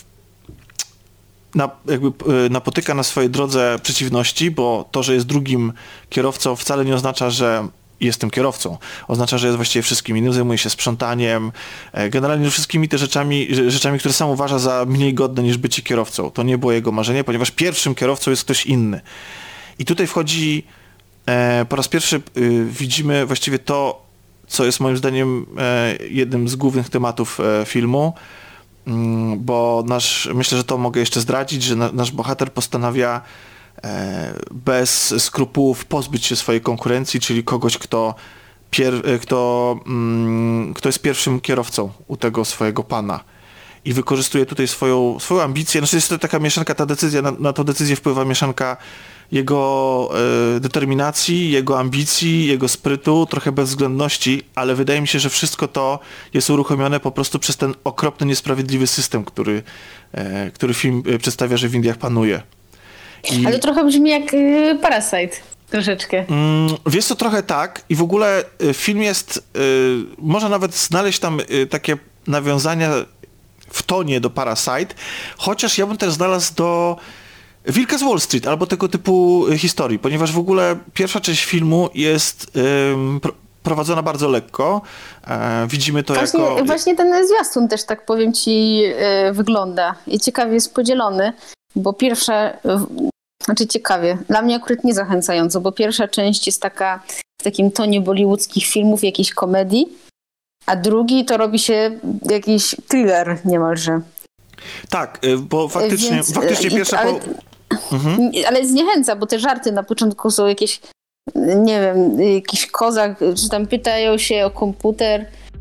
na, jakby, yy, napotyka na swojej drodze przeciwności, bo to, że jest drugim kierowcą wcale nie oznacza, że jest tym kierowcą. Oznacza, że jest właściwie wszystkim innym, zajmuje się sprzątaniem, generalnie wszystkimi te rzeczami, rzeczami, które sam uważa za mniej godne niż bycie kierowcą. To nie było jego marzenie, ponieważ pierwszym kierowcą jest ktoś inny. I tutaj wchodzi, e, po raz pierwszy y, widzimy właściwie to, co jest moim zdaniem e, jednym z głównych tematów e, filmu, mm, bo nasz, myślę, że to mogę jeszcze zdradzić, że na, nasz bohater postanawia bez skrupułów pozbyć się swojej konkurencji, czyli kogoś, kto, pier- kto, mm, kto jest pierwszym kierowcą u tego swojego pana. I wykorzystuje tutaj swoją, swoją ambicję. Znaczy jest to taka mieszanka, ta decyzja, na, na tę decyzję wpływa mieszanka jego e, determinacji, jego ambicji, jego sprytu, trochę bezwzględności, ale wydaje mi się, że wszystko to jest uruchomione po prostu przez ten okropny, niesprawiedliwy system, który, e, który film przedstawia, że w Indiach panuje. I... Ale to trochę brzmi jak y, Parasite, troszeczkę. Mm, wiesz co, trochę tak i w ogóle y, film jest, y, można nawet znaleźć tam y, takie nawiązania w tonie do Parasite, chociaż ja bym też znalazł do Wilka z Wall Street albo tego typu y, historii, ponieważ w ogóle pierwsza część filmu jest y, pro, prowadzona bardzo lekko. E, widzimy to właśnie, jako... Właśnie ten zwiastun też, tak powiem ci, y, wygląda i ciekawie jest podzielony. Bo pierwsza, znaczy ciekawie, dla mnie akurat nie zachęcająco, bo pierwsza część jest taka w takim tonie bollywoodzkich filmów, jakiejś komedii, a drugi to robi się jakiś thriller niemalże. Tak, bo faktycznie, Więc, faktycznie pierwsza... Ale, po... mhm. ale zniechęca, bo te żarty na początku są jakieś, nie wiem, jakiś kozak, czy tam pytają się o komputer,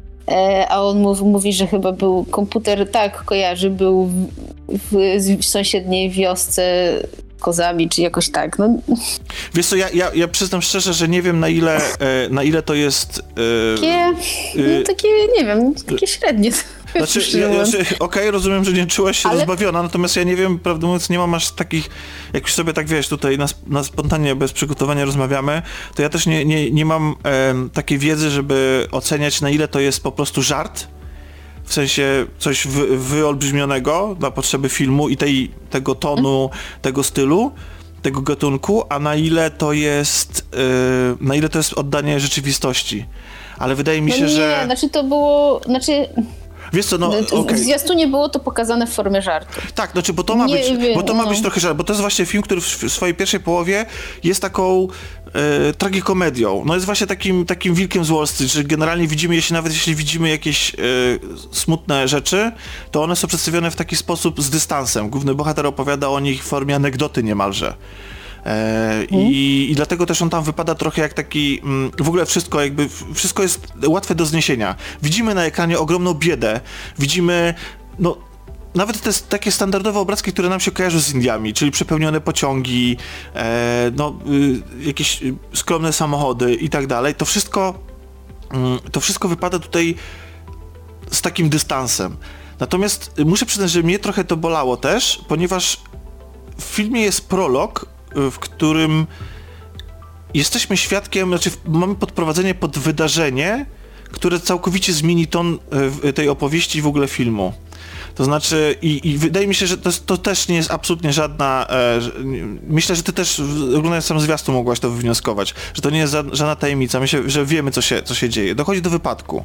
a on mówi, mówi, że chyba był komputer, tak, kojarzy, był w, w sąsiedniej wiosce kozami, czy jakoś tak. No. Wiesz co, ja, ja, ja przyznam szczerze, że nie wiem na ile, na ile to jest... Takie, no, takie nie wiem, takie średnie. Znaczy, ja, znaczy, okej, okay, rozumiem, że nie czułaś się ale... rozbawiona, natomiast ja nie wiem, prawdę mówiąc, nie mam aż takich, jak już sobie tak wiesz, tutaj na, na spontanie, bez przygotowania rozmawiamy, to ja też nie, nie, nie mam e, takiej wiedzy, żeby oceniać, na ile to jest po prostu żart, w sensie coś wy, wyolbrzymionego na potrzeby filmu i tej, tego tonu, tego stylu, tego gatunku, a na ile to jest, e, na ile to jest oddanie rzeczywistości. Ale wydaje mi się, no nie, że... znaczy to było, znaczy... Wiesz co, no okay. W zwiastunie było to pokazane w formie żartu. Tak, znaczy, bo to ma, nie, być, wie, bo to ma no. być trochę żart, bo to jest właśnie film, który w swojej pierwszej połowie jest taką e, tragikomedią. No jest właśnie takim, takim wilkiem z Wall Street, że generalnie widzimy, jeśli nawet jeśli widzimy jakieś e, smutne rzeczy, to one są przedstawione w taki sposób z dystansem. Główny bohater opowiada o nich w formie anegdoty niemalże. E, i, I dlatego też on tam wypada trochę jak taki, mm, w ogóle wszystko jakby, wszystko jest łatwe do zniesienia. Widzimy na ekranie ogromną biedę, widzimy, no, nawet te takie standardowe obrazki, które nam się kojarzą z Indiami, czyli przepełnione pociągi, e, no, y, jakieś skromne samochody i tak dalej, to wszystko, y, to wszystko wypada tutaj z takim dystansem. Natomiast muszę przyznać, że mnie trochę to bolało też, ponieważ w filmie jest prolog, w którym jesteśmy świadkiem, znaczy mamy podprowadzenie pod wydarzenie, które całkowicie zmieni ton tej opowieści i w ogóle filmu. To znaczy, i, i wydaje mi się, że to, to też nie jest absolutnie żadna, e, myślę, że ty też oglądając sam zwiastun mogłaś to wywnioskować, że to nie jest żadna tajemnica, myślę, że wiemy, co się, co się dzieje. Dochodzi do wypadku.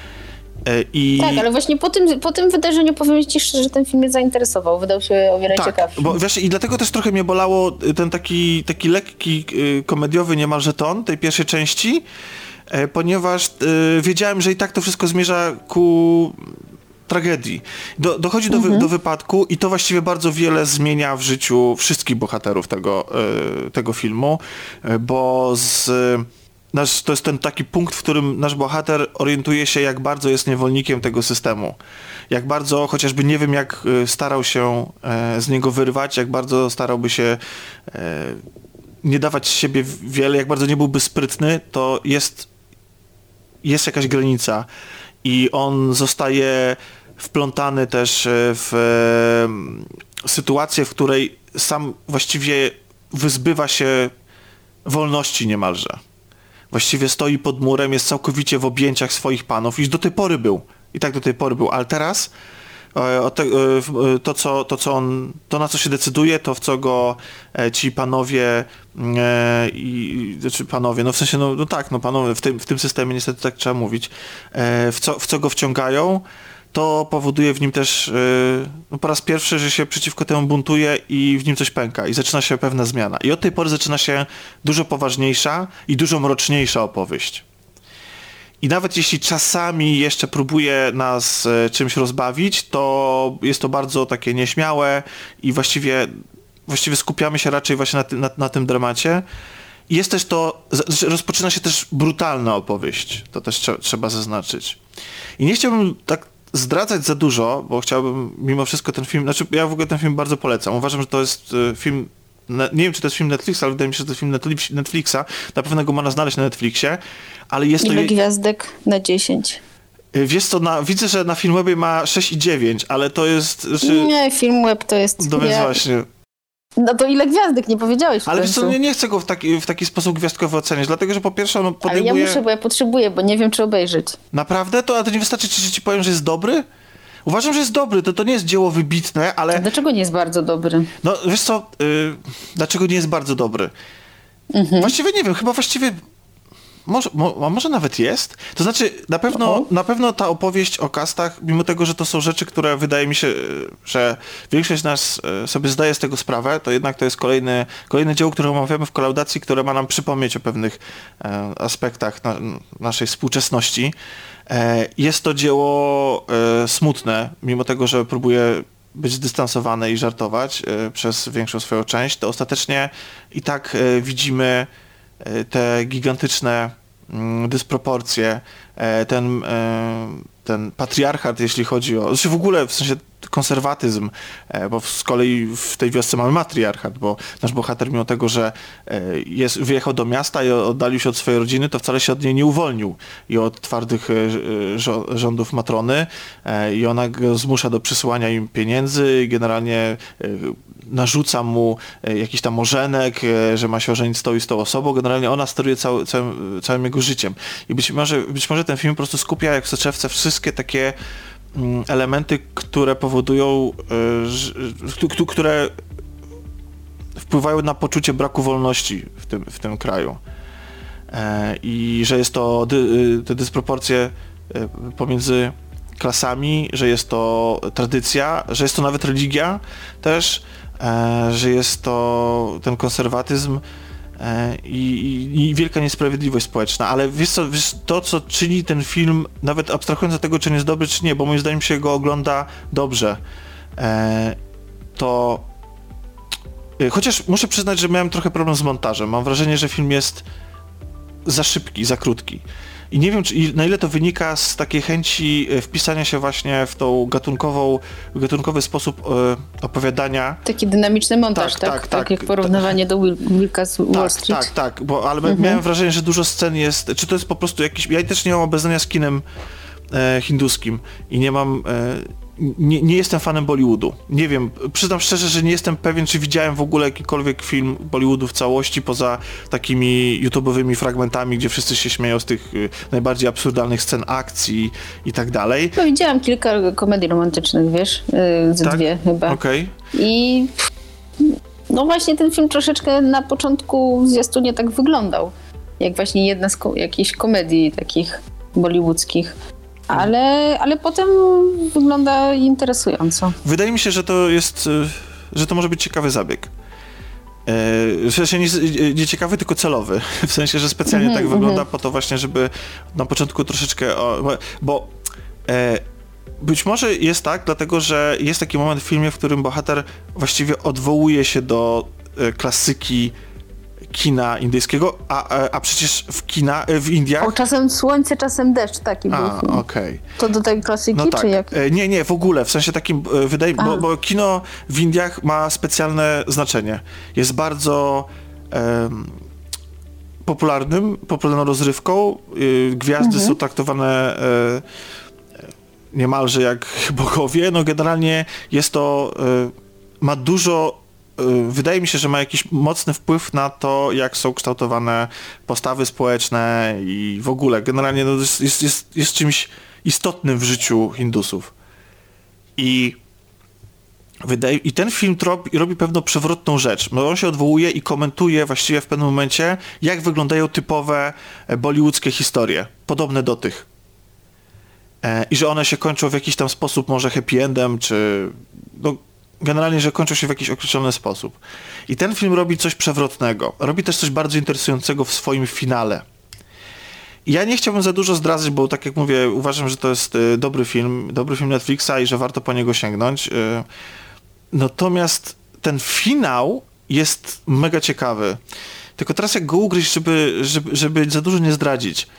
I... Tak, ale właśnie po tym, po tym wydarzeniu powiem ci szczerze, że ten film mnie zainteresował, wydał się o wiele tak, ciekawszy. Bo wiesz, i dlatego też trochę mnie bolało ten taki, taki lekki, y, komediowy niemalże ton tej pierwszej części, y, ponieważ y, wiedziałem, że i tak to wszystko zmierza ku tragedii. Do, dochodzi do, mhm. wy, do wypadku i to właściwie bardzo wiele zmienia w życiu wszystkich bohaterów tego, y, tego filmu, y, bo z... Nasz, to jest ten taki punkt, w którym nasz bohater orientuje się, jak bardzo jest niewolnikiem tego systemu. Jak bardzo, chociażby nie wiem, jak starał się e, z niego wyrwać, jak bardzo starałby się e, nie dawać z siebie wiele, jak bardzo nie byłby sprytny, to jest, jest jakaś granica. I on zostaje wplątany też w e, sytuację, w której sam właściwie wyzbywa się wolności niemalże. Właściwie stoi pod murem, jest całkowicie w objęciach swoich panów i do tej pory był. I tak do tej pory był. Ale teraz e, te, e, to, co, to, co on, to, na co się decyduje, to w co go e, ci panowie e, i, znaczy panowie, no w sensie, no, no tak, no panowie, w tym, w tym systemie niestety tak trzeba mówić, e, w, co, w co go wciągają, to powoduje w nim też yy, no po raz pierwszy, że się przeciwko temu buntuje i w nim coś pęka i zaczyna się pewna zmiana. I od tej pory zaczyna się dużo poważniejsza i dużo mroczniejsza opowieść. I nawet jeśli czasami jeszcze próbuje nas y, czymś rozbawić, to jest to bardzo takie nieśmiałe i właściwie, właściwie skupiamy się raczej właśnie na, ty, na, na tym dramacie. I jest też to, rozpoczyna się też brutalna opowieść, to też trze, trzeba zaznaczyć. I nie chciałbym tak zdradzać za dużo, bo chciałbym mimo wszystko ten film, znaczy ja w ogóle ten film bardzo polecam. Uważam, że to jest film, nie wiem czy to jest film Netflixa, ale wydaje mi się, że to jest film Netflixa. Na pewno go można znaleźć na Netflixie, ale jest to... Ile gwiazdek na dziesięć? Wiesz co, na, widzę, że na Filmwebie ma sześć i dziewięć, ale to jest... Znaczy, nie, Filmweb to jest... No więc ja... właśnie... No to ile gwiazdek? Nie powiedziałeś w Ale wiesz końcu. co, nie, nie chcę go w taki, w taki sposób gwiazdkowy oceniać, dlatego że po pierwsze on podejmuje... Ale ja muszę, bo ja potrzebuję, bo nie wiem czy obejrzeć. Naprawdę? To, a to nie wystarczy ci, że ci powiem, że jest dobry? Uważam, że jest dobry, to, to nie jest dzieło wybitne, ale... A dlaczego nie jest bardzo dobry? No wiesz co, yy, dlaczego nie jest bardzo dobry? Mhm. Właściwie nie wiem, chyba właściwie... Może, mo, może nawet jest. To znaczy, na pewno, na pewno ta opowieść o kastach, mimo tego, że to są rzeczy, które wydaje mi się, że większość z nas sobie zdaje z tego sprawę, to jednak to jest kolejny, kolejne dzieło, które omawiamy w kolaudacji, które ma nam przypomnieć o pewnych e, aspektach na, naszej współczesności. E, jest to dzieło e, smutne, mimo tego, że próbuje być zdystansowane i żartować e, przez większą swoją część, to ostatecznie i tak e, widzimy te gigantyczne mm, dysproporcje, ten, ten patriarchat, jeśli chodzi o... Znaczy w ogóle w sensie konserwatyzm, bo z kolei w tej wiosce mamy matriarchat, bo nasz bohater mimo tego, że jest, wyjechał do miasta i oddalił się od swojej rodziny, to wcale się od niej nie uwolnił i od twardych rządów matrony i ona go zmusza do przysyłania im pieniędzy i generalnie narzuca mu jakiś tam ożenek, że ma się ożenić z tą i z tą osobą. Generalnie ona steruje cały, całym, całym jego życiem. I być może, być może ten film po prostu skupia jak w soczewce wszystkie takie elementy, które powodują, które wpływają na poczucie braku wolności w tym, w tym kraju. I że jest to dy, te dysproporcje pomiędzy klasami, że jest to tradycja, że jest to nawet religia też, że jest to ten konserwatyzm I, i, i wielka niesprawiedliwość społeczna, ale wiesz co, wiesz, to co czyni ten film, nawet abstrahując od tego, czy on jest dobry, czy nie, bo moim zdaniem się go ogląda dobrze, e, to e, chociaż muszę przyznać, że miałem trochę problem z montażem. Mam wrażenie, że film jest za szybki, za krótki. I nie wiem, czy, na ile to wynika z takiej chęci wpisania się właśnie w tą gatunkową, gatunkowy sposób e, opowiadania. Taki dynamiczny montaż, tak? Tak, tak, tak, tak, tak jak porównywanie do Wil- Wilka z Wall tak, Street. Tak, tak, bo, ale mhm. miałem wrażenie, że dużo scen jest, czy to jest po prostu jakiś, ja też nie mam obeznania z kinem e, hinduskim i nie mam, e, nie, nie jestem fanem Bollywoodu. Nie wiem, przyznam szczerze, że nie jestem pewien, czy widziałem w ogóle jakikolwiek film Bollywoodu w całości, poza takimi YouTube'owymi fragmentami, gdzie wszyscy się śmieją z tych y, najbardziej absurdalnych scen akcji i tak dalej. No widziałam kilka komedii romantycznych, wiesz, yy, z tak? dwie chyba. Okej. Okay. I no właśnie ten film troszeczkę na początku w zwiastunie tak wyglądał. Jak właśnie jedna z ko- jakichś komedii takich bollywoodzkich. Ale, ale potem wygląda interesująco. Wydaje mi się, że to jest, że to może być ciekawy zabieg. W sensie nie, nie ciekawy, tylko celowy. W sensie, że specjalnie mm-hmm, tak wygląda mm-hmm. po to właśnie, żeby na początku troszeczkę... O, bo e, być może jest tak, dlatego że jest taki moment w filmie, w którym bohater właściwie odwołuje się do e, klasyki kina indyjskiego, a, a, a przecież w kina, w Indiach... O, czasem słońce, czasem deszcz, taki był A, film. okej. Okay. To do tej klasyki, no tak. czy jak? Nie, nie, w ogóle, w sensie takim, wydaje bo, bo kino w Indiach ma specjalne znaczenie. Jest bardzo um, popularnym, popularną rozrywką. Gwiazdy mhm. są traktowane e, niemalże jak bogowie. No generalnie jest to, e, ma dużo wydaje mi się, że ma jakiś mocny wpływ na to, jak są kształtowane postawy społeczne i w ogóle. Generalnie no, jest, jest, jest, jest czymś istotnym w życiu Hindusów. I, wydaje, i ten film robi, robi pewną przewrotną rzecz. No, on się odwołuje i komentuje właściwie w pewnym momencie, jak wyglądają typowe bollywoodzkie historie, podobne do tych. E, I że one się kończą w jakiś tam sposób, może happy endem, czy... No, generalnie, że kończą się w jakiś określony sposób. I ten film robi coś przewrotnego. Robi też coś bardzo interesującego w swoim finale. I ja nie chciałbym za dużo zdradzać, bo tak jak mówię, uważam, że to jest y, dobry film, dobry film Netflixa i że warto po niego sięgnąć. Y, natomiast ten finał jest mega ciekawy. Tylko teraz jak go ugryźć, żeby, żeby, żeby za dużo nie zdradzić.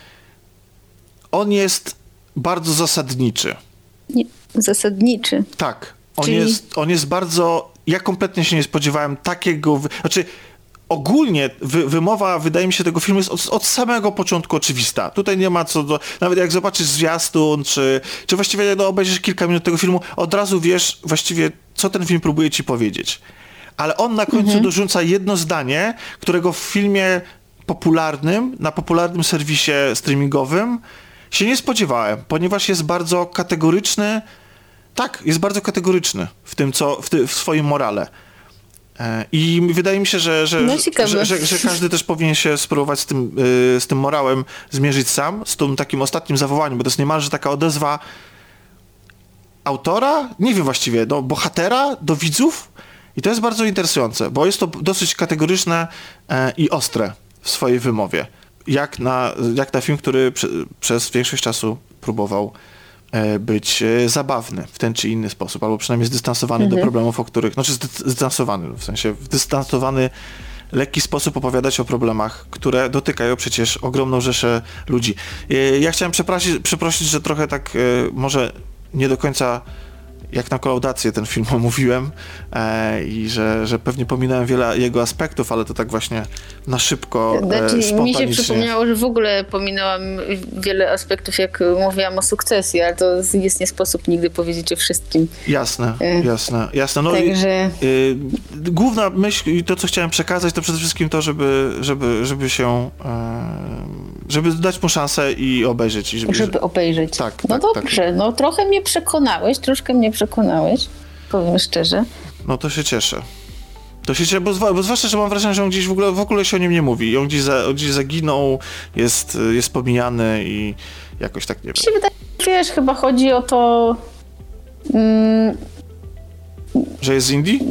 On jest bardzo zasadniczy. Nie, zasadniczy. Tak. On, Czyli... jest, on jest bardzo... Ja kompletnie się nie spodziewałem takiego... Wy... Znaczy, ogólnie wy, wymowa, wydaje mi się, tego filmu jest od, od samego początku oczywista. Tutaj nie ma co do... Nawet jak zobaczysz zwiastun, czy, czy właściwie no, obejrzysz kilka minut tego filmu, od razu wiesz właściwie, co ten film próbuje ci powiedzieć. Ale on na końcu mhm. dorzuca jedno zdanie, którego w filmie popularnym, na popularnym serwisie streamingowym się nie spodziewałem, ponieważ jest bardzo kategoryczny. Tak, jest bardzo kategoryczny w tym, co w, ty, w swoim morale. E, I wydaje mi się, że, że, no że, że, że każdy też powinien się spróbować z tym, y, z tym morałem zmierzyć sam, z tym takim ostatnim zawołaniem, bo to jest niemalże taka odezwa autora, nie wiem właściwie, do bohatera, do widzów. I to jest bardzo interesujące, bo jest to dosyć kategoryczne e, i ostre w swojej wymowie. Jak na, jak na film, który prze, przez większość czasu próbował być zabawny w ten czy inny sposób, albo przynajmniej zdystansowany mhm. do problemów, o których, znaczy zdystansowany, w sensie w dystansowany, lekki sposób opowiadać o problemach, które dotykają przecież ogromną rzeszę ludzi. Ja chciałem przeprosić, przeprosić, że trochę tak może nie do końca jak na kolaudację ten film omówiłem e, i że, że pewnie pominąłem wiele jego aspektów, ale to tak właśnie na szybko, znaczy, e, spontanicznie. Mi się przypomniało, że w ogóle pominęłam wiele aspektów, jak mówiłam o sukcesji, ale to jest nie sposób nigdy powiedzieć o wszystkim. Jasne, e, jasne, jasne. No także... i, y, główna myśl i to, co chciałem przekazać, to przede wszystkim to, żeby, żeby, żeby się e, żeby dać mu szansę i obejrzeć. I żeby, żeby obejrzeć. Tak, no tak, dobrze, tak. no trochę mnie przekonałeś, troszkę mnie przekonałeś, powiem szczerze. No to się cieszę. To się cieszę, bo, bo zwłaszcza, że mam wrażenie, że on gdzieś w ogóle, w ogóle się o nim nie mówi. I on gdzieś, za, on gdzieś zaginął, jest, jest pomijany i jakoś tak nie wiem. Się wydaje, wiesz, chyba chodzi o to... Mm, że jest z Indii?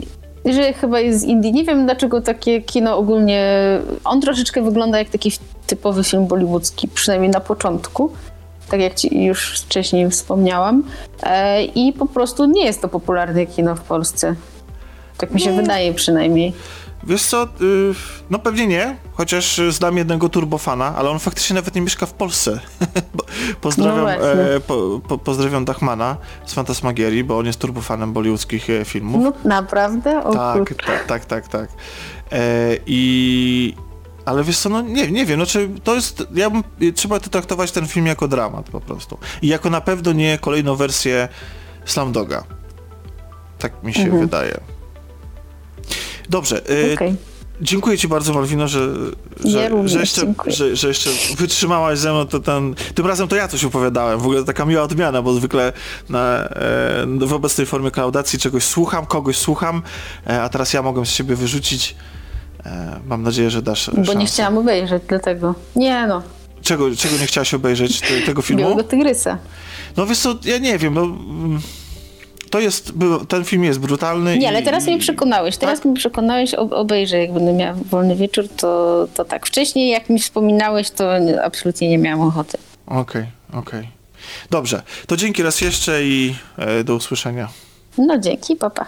że chyba jest z Indii. Nie wiem, dlaczego takie kino ogólnie... On troszeczkę wygląda jak taki typowy film bollywoodzki, przynajmniej na początku. Tak jak ci już wcześniej wspomniałam. E, I po prostu nie jest to popularne kino w Polsce. Tak mi się no. wydaje przynajmniej. Wiesz co, yy, no pewnie nie, chociaż znam jednego turbofana, ale on faktycznie nawet nie mieszka w Polsce. pozdrawiam, no e, po, po, pozdrawiam Dachmana z Fantasmagierii, bo on jest turbofanem bollywoodzkich e, filmów. No naprawdę? O tak, tak, tak, tak, tak. E, I... Ale wiesz co, no nie, nie wiem, znaczy to jest, ja bym, trzeba to traktować ten film jako dramat po prostu. I jako na pewno nie kolejną wersję Slumdoga. Tak mi się mhm. wydaje. Dobrze. Okay. Dziękuję ci bardzo, Malwino, że, że, ja również, że, jeszcze, że, że jeszcze wytrzymałaś ze mną. To ten, tym razem to ja coś opowiadałem. W ogóle taka miła odmiana, bo zwykle na, e, w obecnej formie klaudacji czegoś słucham, kogoś słucham, e, a teraz ja mogłem z siebie wyrzucić. E, mam nadzieję, że dasz Bo szansę. nie chciałam obejrzeć, dlatego. Nie no. Czego, czego nie chciałaś obejrzeć te, tego filmu? Białego Tygrysa. No wiesz co, ja nie wiem, no... To jest, ten film jest brutalny. Nie, ale teraz i, mnie przekonałeś. Teraz tak? mnie przekonałeś, obejrzę. Jak będę miała wolny wieczór, to, to tak. Wcześniej, jak mi wspominałeś, to absolutnie nie miałam ochoty. Okej, okay, okej. Okay. Dobrze, to dzięki raz jeszcze i e, do usłyszenia. No dzięki, papa.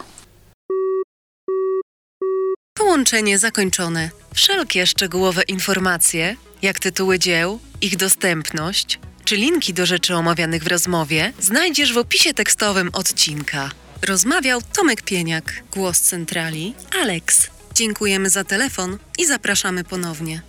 Połączenie zakończone. Wszelkie szczegółowe informacje, jak tytuły dzieł, ich dostępność, czy linki do rzeczy omawianych w rozmowie znajdziesz w opisie tekstowym odcinka. Rozmawiał Tomek Pieniak, głos centrali, Alex. Dziękujemy za telefon i zapraszamy ponownie.